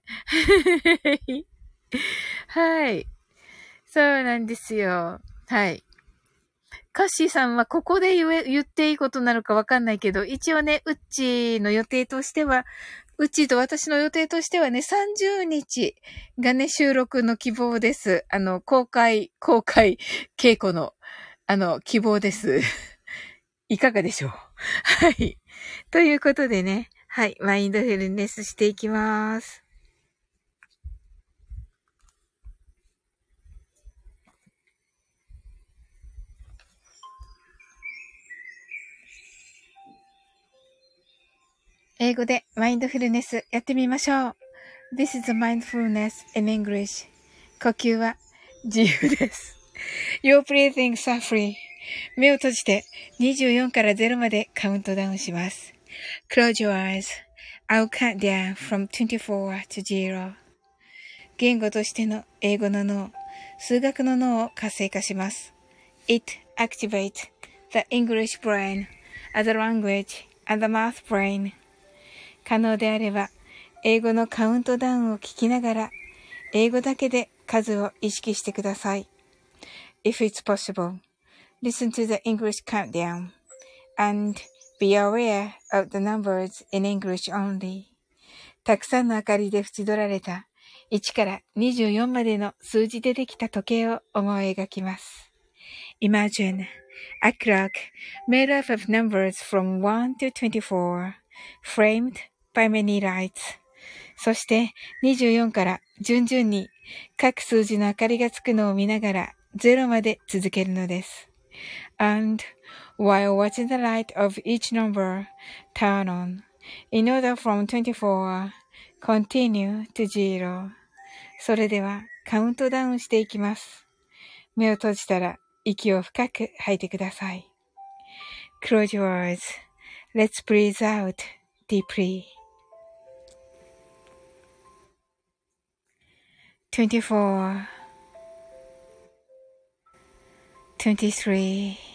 はい。そうなんですよ。はい。カッシーさんはここで言え、言っていいことなのかわかんないけど、一応ね、うっちーの予定としては、うっちーと私の予定としてはね、さんじゅうにちがね、収録の希望です。あの、公開、公開稽古の、あの、希望です。いかがでしょう。はい。ということでね。はい。マインドフルネスしていきます。英語でマインドフルネスやってみましょう。This is mindfulness in English. 呼吸は自由です。Your breathing are free. 目を閉じてにじゅうよんからゼロまでカウントダウンします。Close your eyes. I'll count down from twenty-four to zero. 言語としての英語の脳、数学の脳を活性化します。It activates the English brain, as a language, and the math brain. 可能であれば、英語のカウントダウンを聞きながら、英語だけで数を意識してください。If it's possible, listen to the English countdown, and be aware of the numbers in English only. たくさんの明かりで縁取られたいちからにじゅうよんまでの数字でできた時計を思い描きます。Imagine a clock made up of numbers from one to twenty-four, framed by many lights. そしてにじゅうよんから順々に各数字の明かりがつくのを見ながらゼロまで続けるのです。And while watching the light of each number turn on, in order from twenty-four, continue to zero. それではカウントダウンしていきます。目を閉じたら息を深く吐いてください。Close your eyes. Let's breathe out deeply. twenty-four, twenty-three,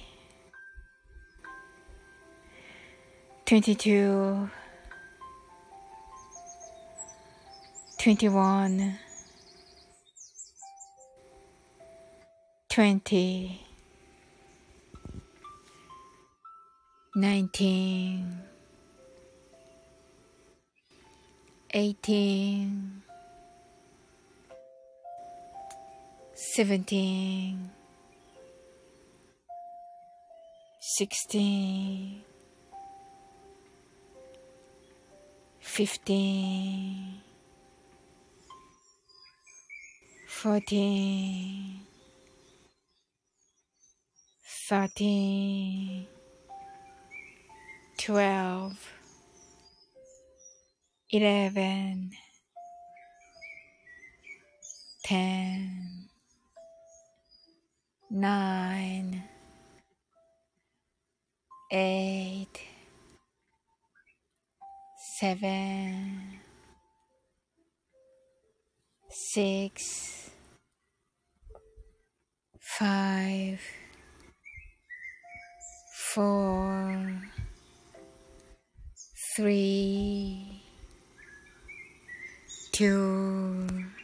twenty-two, twenty-one, twenty, nineteen, eighteen, seventeen, sixteen, fifteen, fourteen, thirteen, twelve, eleven, ten, nine, eight, seven, six, five, four, three, two,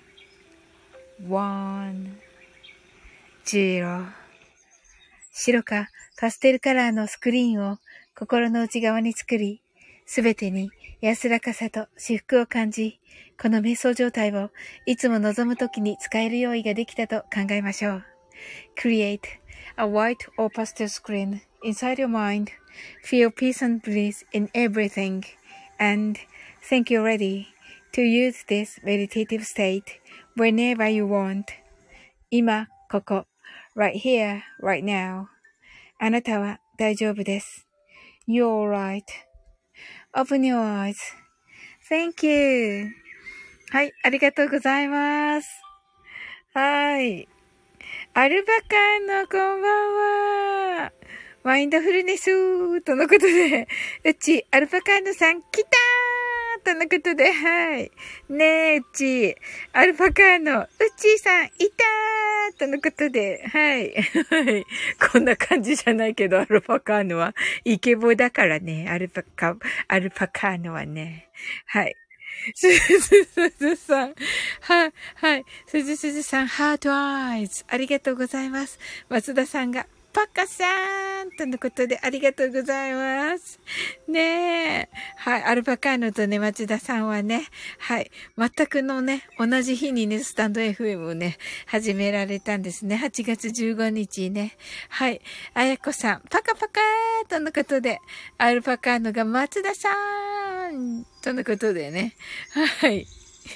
one, zero。白かパステルカラーのスクリーンを心の内側に作り、すべてに安らかさと至福を感じ、この瞑想状態をいつも望むときに使える用意ができたと考えましょう。Create a white or pastel screen inside your mind. Feel peace and bliss in everything. And think you're ready to use this meditative state whenever you want. 今、ここ。right here, right now. あなたは大丈夫です。You're right.Open your eyes. Thank you. はい、ありがとうございます。はい。アルバカーノ、こんばんは。マインドフルネスとのことで、うち、アルバカーノさん来たーとのことで、はい。ねえ、うち、アルバカーノ、うちさんいたーとのことで、はい。はい。こんな感じじゃないけど、アルパカーノはイケボだからね、アルパカ、アルパカーノはね。はい。すずすずさん。は、はい。すずすずさん、ハートアイズ。ありがとうございます。松田さんが、パカさんとのことでありがとうございます。ねえ。はい。アルパカーノとね、松田さんはね、はい。全くのね、同じ日にね、スタンド エフエム をね、始められたんですね。はちがつじゅうごにちね。はい。あやこさん、パカパカーとのことで、アルパカーノが松田さんとのことでね。はい。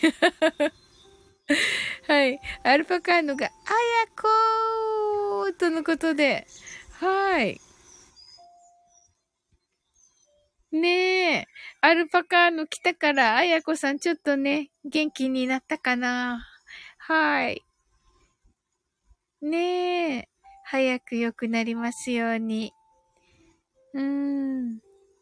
はい。アルパカーノが、あやこーとのことで、はい。ねえ。アルパカーノ来たから、あやこさんちょっとね、元気になったかな。はい。ねえ。早く良くなりますように。うーん。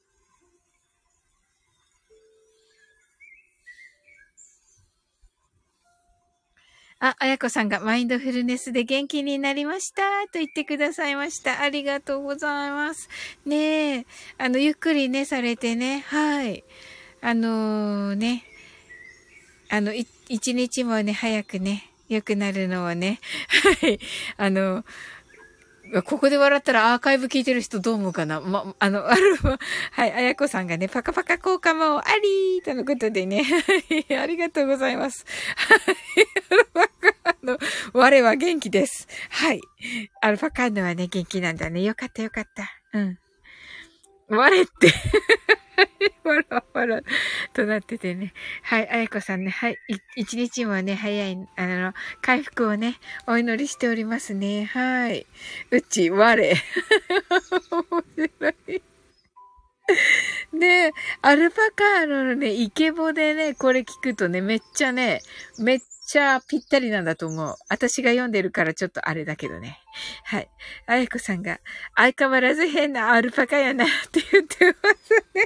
あ、あやこさんがマインドフルネスで元気になりましたと言ってくださいました。ありがとうございます。ねえ、あの、ゆっくりね、されてね、はい。あのー、ね、あの、い、一日もね、早くね、良くなるのをね、はい。あの、ここで笑ったらアーカイブ聞いてる人どう思うかなま、あの、ある、はい、あやこさんがね、パカパカ効果もありーとのことでね、はい、ありがとうございます。はい、アルパカーノ、我は元気です。はい。アルパカーノはね、元気なんだね。よかったよかった。うん。我って。わらわらとなっててね。はい、あやこさんね。はい。一日もね、早い、あの、回復をね、お祈りしておりますね。はい。うち、我。面白い。で、アルパカーノのね、イケボでね、これ聞くとね、めっちゃね、めっちゃぴったりなんだと思う。私が読んでるからちょっとあれだけどね。はい。あやこさんが、相変わらず変なアルパカやなって言ってますね。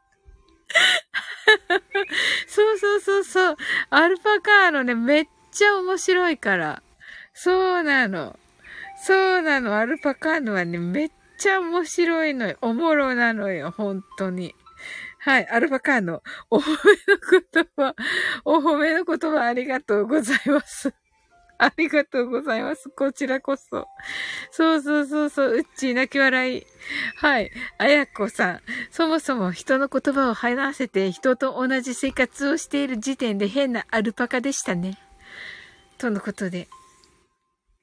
そうそうそうそう。アルパカーノね、めっちゃ面白いから。そうなの。そうなの。アルパカーノはね、めっちゃ面白いのよ。おもろなのよ。本当に。はい。アルパカーノ。お褒めの言葉。お褒めの言葉ありがとうございます。ありがとうございます。こちらこそ。そうそうそうそう。うっちー泣き笑い。はい。あやこさん。そもそも人の言葉を話せて人と同じ生活をしている時点で変なアルパカでしたね。とのことで。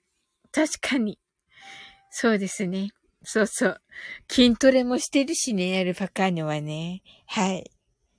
確かに。そうですね。そうそう。筋トレもしてるしね、アルパカーノはね。はい。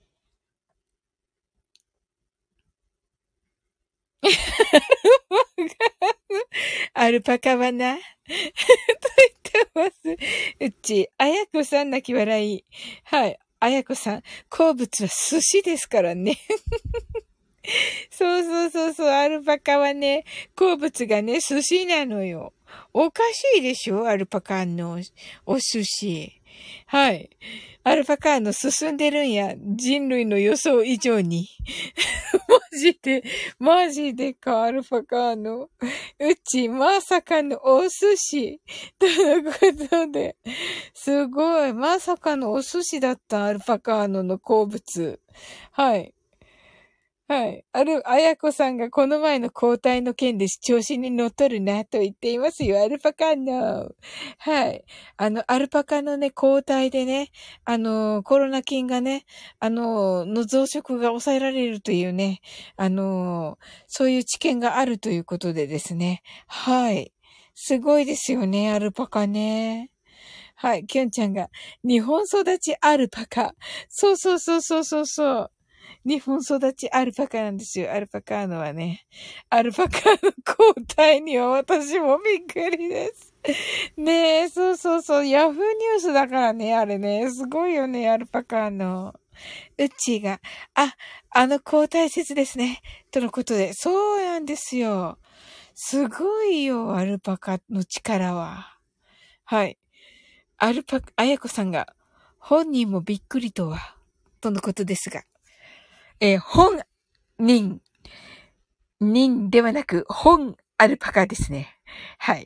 アルパカはな、と言ってます。うち、あやこさん泣き笑い。はい。あやこさん、好物は寿司ですからね。そうそうそうそう、アルパカはね、好物がね、寿司なのよ。おかしいでしょアルパカのお寿司。はい。アルパカの進んでるんや。人類の予想以上に。マジで、マジでか、アルパカの。うち、まさかのお寿司。ということで、すごい。まさかのお寿司だった、アルパカーノの好物。はい。はい。ある、あやこさんがこの前の交代の件で調子に乗っとるなと言っていますよ。アルパカの。はい。あの、アルパカのね、交代でね、あの、コロナ菌がね、あの、の増殖が抑えられるというね、あの、そういう知見があるということでですね。はい。すごいですよね、アルパカね。はい。キュンちゃんが、日本育ちアルパカ。そうそうそうそうそうそう。日本育ちアルパカなんですよ。アルパカーノはね。アルパカの交代には私もびっくりです。ねえ、そうそうそう。ヤフーニュースだからね、あれね。すごいよね、アルパカーノ。うっちーが、あ、あの交代説ですね。とのことで。そうなんですよ。すごいよ、アルパカの力は。はい。アルパカ、あやこさんが、本人もびっくりとは、とのことですが。えー本人、人ではなく、本アルパカですね。はい。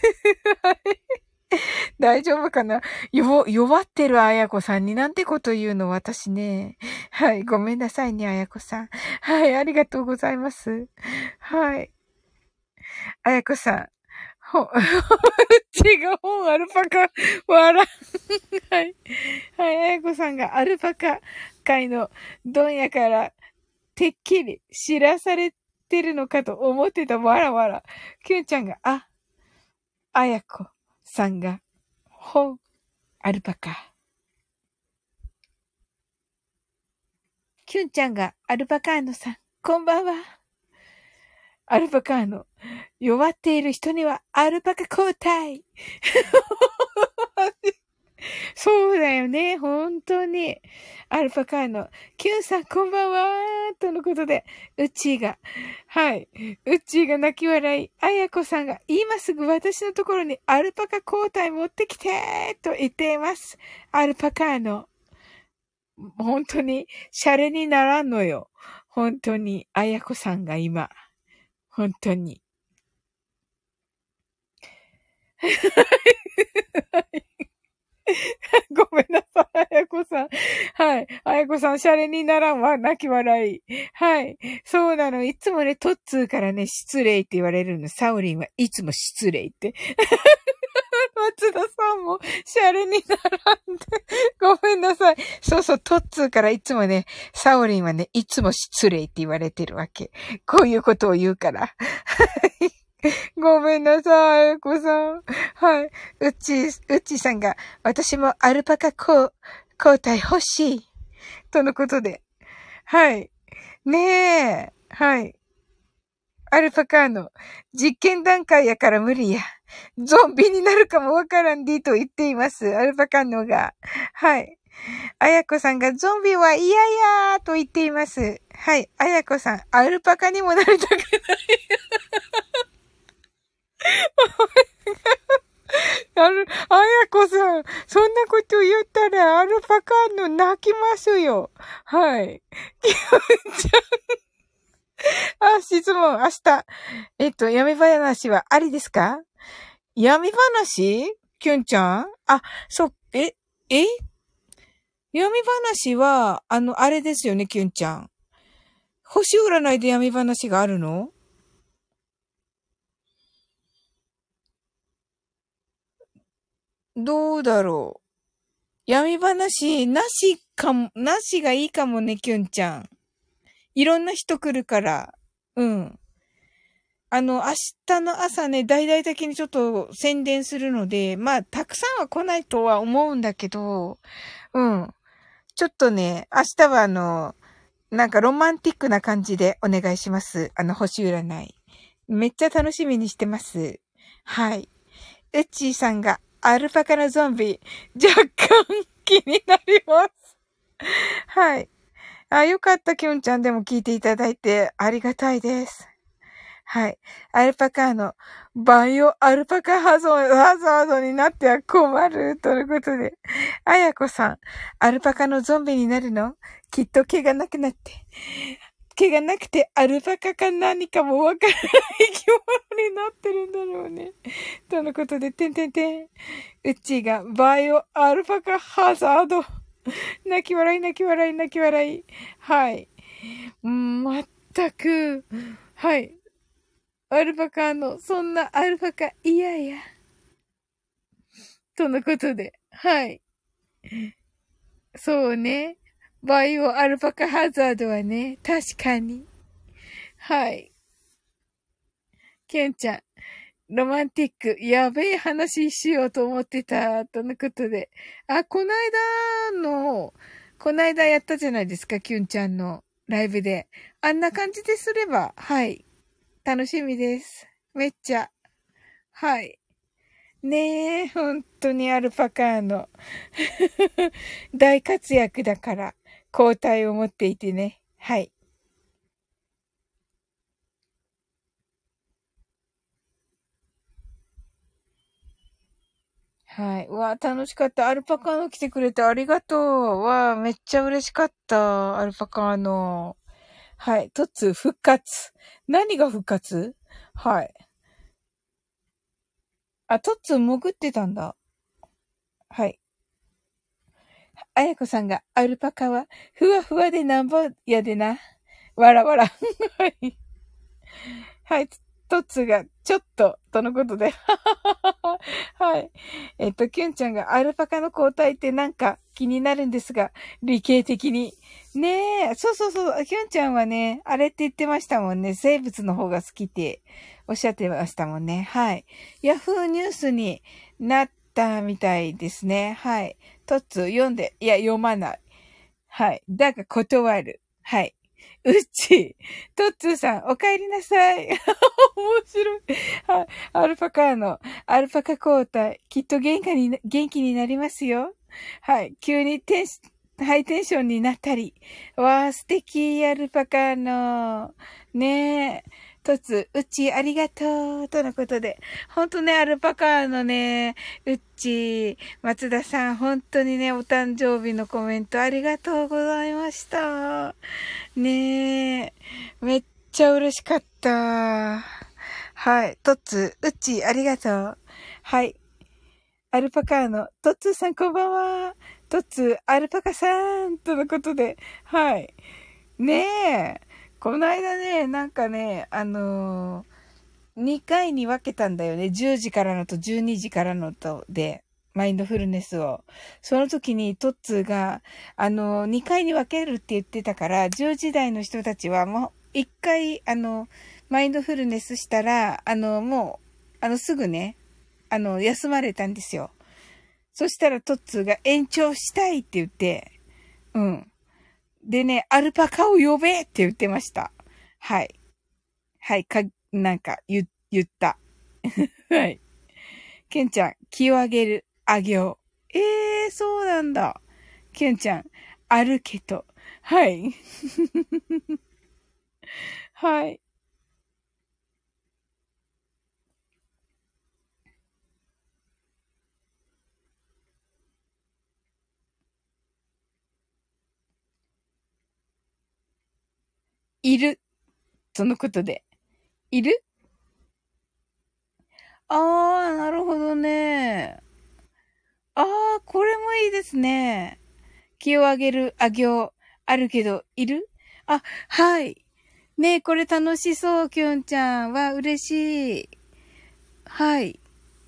大丈夫かなよ、弱ってるあやこさんになんてこと言うの私ね。はい。ごめんなさいね、あやこさん。はい。ありがとうございます。はい。あやこさん。ほ、違う、本アルパカ、笑う。はい。はい。あやこさんがアルパカ界のドンやからてっきり知らされてるのかと思ってた。わらわら。キュンちゃんが、あ、あやこさんが、ほん、アルパカ。キュンちゃんが、アルパカーノさん、こんばんは。アルパカーノ。弱っている人には、アルパカ交代。そうだよね。本当に。アルパカーノ。キュンさん、こんばんは。とのことで、うっちーが、はい。うっちーが泣き笑い。あやこさんが、今すぐ私のところにアルパカ交代持ってきてと言っています。アルパカーノ。本当に、シャレにならんのよ。本当に、あやこさんが今。本当に。ごめんなさい、あやこさん。はい。あやこさん、シャレにならんわ、泣き笑い。はい。そうなの。いつもね、トッツーからね、失礼って言われるの。サオリンはいつも失礼って。松田さんも、シャレにならんで。ごめんなさい。そうそう、トッツーからいつもね、サオリンはね、いつも失礼って言われてるわけ。こういうことを言うから。ごめんなさい、あやこさん。はい。うっちー、うっちーさんが、私もアルパカ交交代欲しい。とのことで。はい。ねえ。はい。アルパカの実験段階やから無理や。ゾンビになるかもわからんでと言っています。アルパカのが。はい。あやこさんがゾンビは嫌やーと言っています。はい。あやこさん、アルパカにもなりたくない。ある、あやこさん、そんなこと言ったらアルパカの泣きますよ。はい。きゅんちゃん。あ、質問、明日。えっと、闇話はありですか？闇話きゅんちゃんあ、そ、え、え闇話は、あの、あれですよね、きゅんちゃん。星占いで闇話があるの？どうだろう。闇話、なしかも、なしがいいかもね、きゅんちゃん。いろんな人来るから。うん。 あの、明日の朝ね、大々的にちょっと宣伝するので、まあ、たくさんは来ないとは思うんだけど、うん。ちょっとね、明日はあの、なんかロマンティックな感じでお願いします。あの、星占い。めっちゃ楽しみにしてます。はい。エッチーさんが、アルパカのゾンビ、若干気になります。はい。あ、よかった、きょんちゃんでも聞いていただいてありがたいです。はい。アルパカのバイオアルパカハゾハザードになっては困る。ということで。あやこさん、アルパカのゾンビになるの？きっと毛がなくなって。毛がなくてアルパカか何かもわからない生き物になってるんだろうね。とのことで、てんてんてん。うちがバイオアルパカハザード。泣き笑い泣き笑い泣き笑い。はい。うん、まったく。はい。アルパカの、そんなアルパカ嫌や。とのことで。はい。そうね。バイオアルパカハザードはね、確かに。はい。ケンちゃん、ロマンティック、やべえ話しようと思ってた、とのことで。あ、こないだの、こないだやったじゃないですか、キュンちゃんのライブで。あんな感じですれば、はい。楽しみです。めっちゃ。はい。ねえ、本当にアルパカの大活躍だから、交代を持っていてね。はい。はい。うわ、楽しかった。アルパカの来てくれてありがとう。わ、めっちゃ嬉しかった。アルパカの。はい。トッツ復活。何が復活？はい。あ、トッツ潜ってたんだ。はい。あやこさんが、アルパカは、ふわふわでなんぼやでな。わらわら。はい。はい。トッツが、ちょっと、とのことで。はい。えっと、キュンちゃんがアルパカの交代ってなんか気になるんですが、理系的に。ねえ、そうそうそう、キュンちゃんはね、あれって言ってましたもんね。生物の方が好きっておっしゃってましたもんね。はい。ヤフーニュースになったみたいですね。はい。トッツ読んで、いや、読まない。はい。だが断る。はい。うっち、トッツーさん、お帰りなさい。面白い。はい。アルパカの、アルパカ交代、きっと元気に、元気になりますよ。はい。急にテンシ、ハイテンションになったり。わー、素敵、アルパカの。ねえ。トツ、うち、ありがとう。とのことで。ほんとね、アルパカのね、うっち、松田さん、本当にね、お誕生日のコメントありがとうございました。ねえ、めっちゃ嬉しかった。はい。トッツー、うっちー、ありがとう。はい。アルパカーの、トッツーさんこんばんは。トッツー、アルパカさん、とのことで。はい。ねえ。この間ね、なんかね、あのー、にかいに分けたんだよね。じゅうじからのとじゅうにじからのとで、マインドフルネスを。その時にトッツーが、あの、にかいに分けるって言ってたから、じゅうじ台の人たちはもういっかい、あの、マインドフルネスしたら、あの、もう、あの、すぐね、あの、休まれたんですよ。そしたらトッツーが延長したいって言って、うん。でね、アルパカを呼べって言ってました。はい。はい、か、なんか、言、言った。はい。ケンちゃん、気を上げる、あ行。ええー、そうなんだ。ケンちゃん、歩けと。はい。はい。いる。そのことで。いる？あー、なるほどね。あー、これもいいですね。気を上げる、あ行。あるけど、いる？あ、はい。ねえ、これ楽しそう、きょんちゃん。は、嬉しい。はい。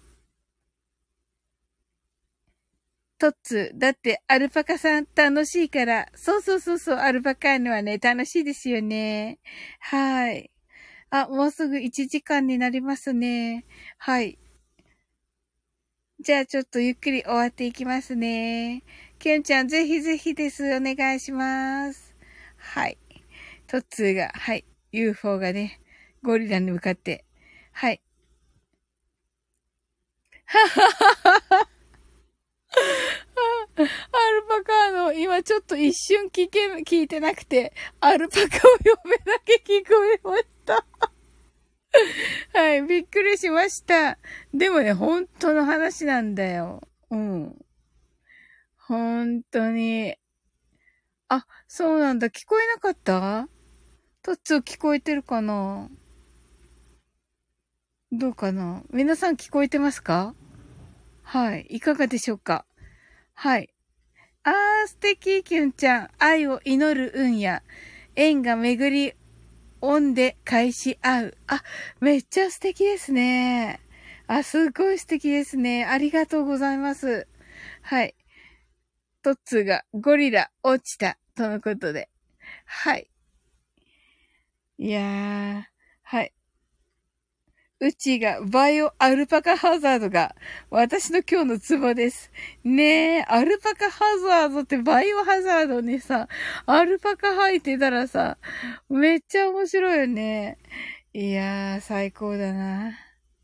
トッツ、だってアルパカさん楽しいから。そうそうそうそう、アルパカーヌはね、楽しいですよね。はい。 あ、もうすぐいちじかんになりますね。はい。じゃあちょっとゆっくり終わっていきますね。きゅんちゃん、ぜひぜひです。お願いします。はい。トッツーが、はい。ユーフォー がね、ゴリラに向かって、はい。はははは。アルパカの、今ちょっと一瞬聞け、聞いてなくて、アルパカを呼べだけ聞こえました。はい、びっくりしました。でもね、本当の話なんだよ。うん。本当に。あ、そうなんだ。聞こえなかった？トッツー聞こえてるかな？どうかな？皆さん聞こえてますか？はい。いかがでしょうか？はい。あー、素敵、キュンちゃん。愛を祈る運や、縁が巡り、オンで返し合う。あ、めっちゃ素敵ですね。あ、すごい素敵ですね。ありがとうございます。はい。トッツーがゴリラ落ちた。とのことで。はい。いやー。はい。うちが、バイオアルパカハザードが、私の今日のツボです。ねえ、アルパカハザードってバイオハザードにさ、アルパカ履いてたらさ、めっちゃ面白いよね。いやー、最高だな。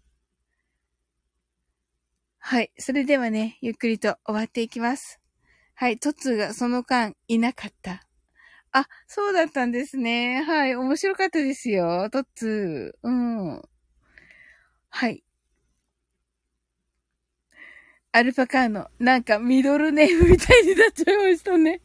はい。それではね、ゆっくりと終わっていきます。はい。トッツーがその間いなかった。あ、そうだったんですね。はい。面白かったですよ。トッツー。うん。はい。アルパカーノ、なんかミドルネームみたいになっちゃいましたね。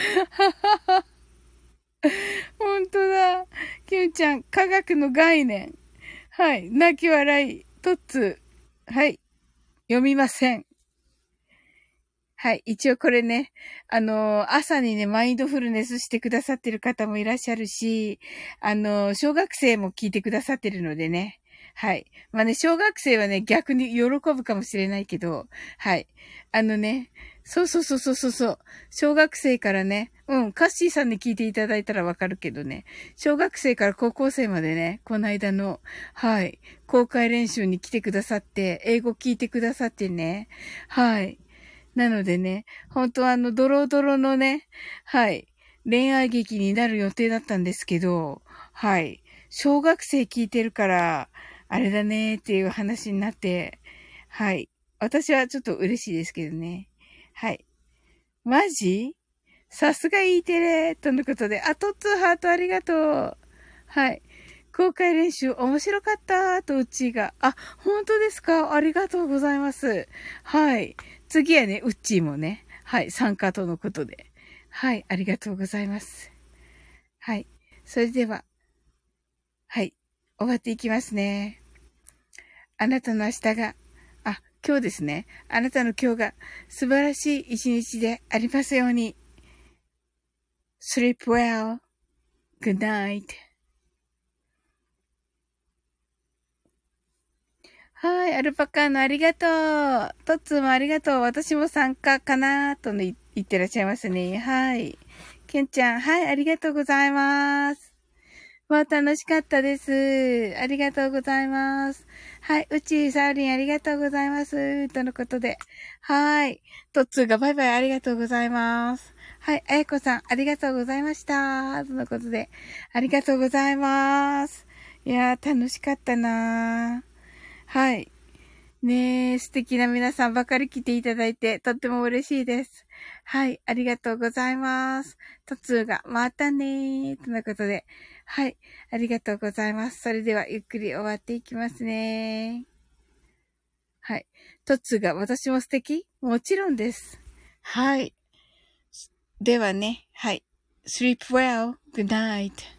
ほんとだ。キュンちゃん、科学の概念。はい。泣き笑い。トッツー。はい。読みません。はい。一応これね、あのー、朝にね、マインドフルネスしてくださってる方もいらっしゃるし、あのー、小学生も聞いてくださってるのでね。はい。まあね、小学生はね、逆に喜ぶかもしれないけど、はい。あのね、そうそうそうそうそうそう。小学生からね、うん、カッシーさんに聞いていただいたらわかるけどね、小学生から高校生までね、この間の、はい、公開練習に来てくださって、英語聞いてくださってね、はい。なのでね、本当はあの、ドロドロのね、はい、恋愛劇になる予定だったんですけど、はい、小学生聞いてるから、あれだねっていう話になって、はい。私はちょっと嬉しいですけどね。はい。マジ？さすが E テレとのことで、あ、トッツーハートありがとう。はい。公開練習面白かったとうちが。あ、本当ですか？ありがとうございます。はい。次はね、うっちーもね、はい、参加とのことで。はい、ありがとうございます。はい。それでは、はい、終わっていきますね。あなたの明日が、あ、今日ですね。あなたの今日が素晴らしい一日でありますように。sleep well. Good night. はい、アルパカーノありがとう。トッツーもありがとう。私も参加かなと言ってらっしゃいますね。はい。ケンちゃん、はい、ありがとうございます。わあ、楽しかったです。ありがとうございます。はい、うち、サウリンありがとうございます。とのことで。はい。トッツーがバイバイありがとうございます。はい、あやこさん、ありがとうございました。とのことで。ありがとうございます。いやー、楽しかったなー。はい。ねえ、素敵な皆さんばかり来ていただいて、とっても嬉しいです。はい、ありがとうございます。トツーが、またねー、とのことで。はい、ありがとうございます。それでは、ゆっくり終わっていきますね。はい。トツーが、私も素敵？もちろんです。はい。ではね、はい。sleep well, good night.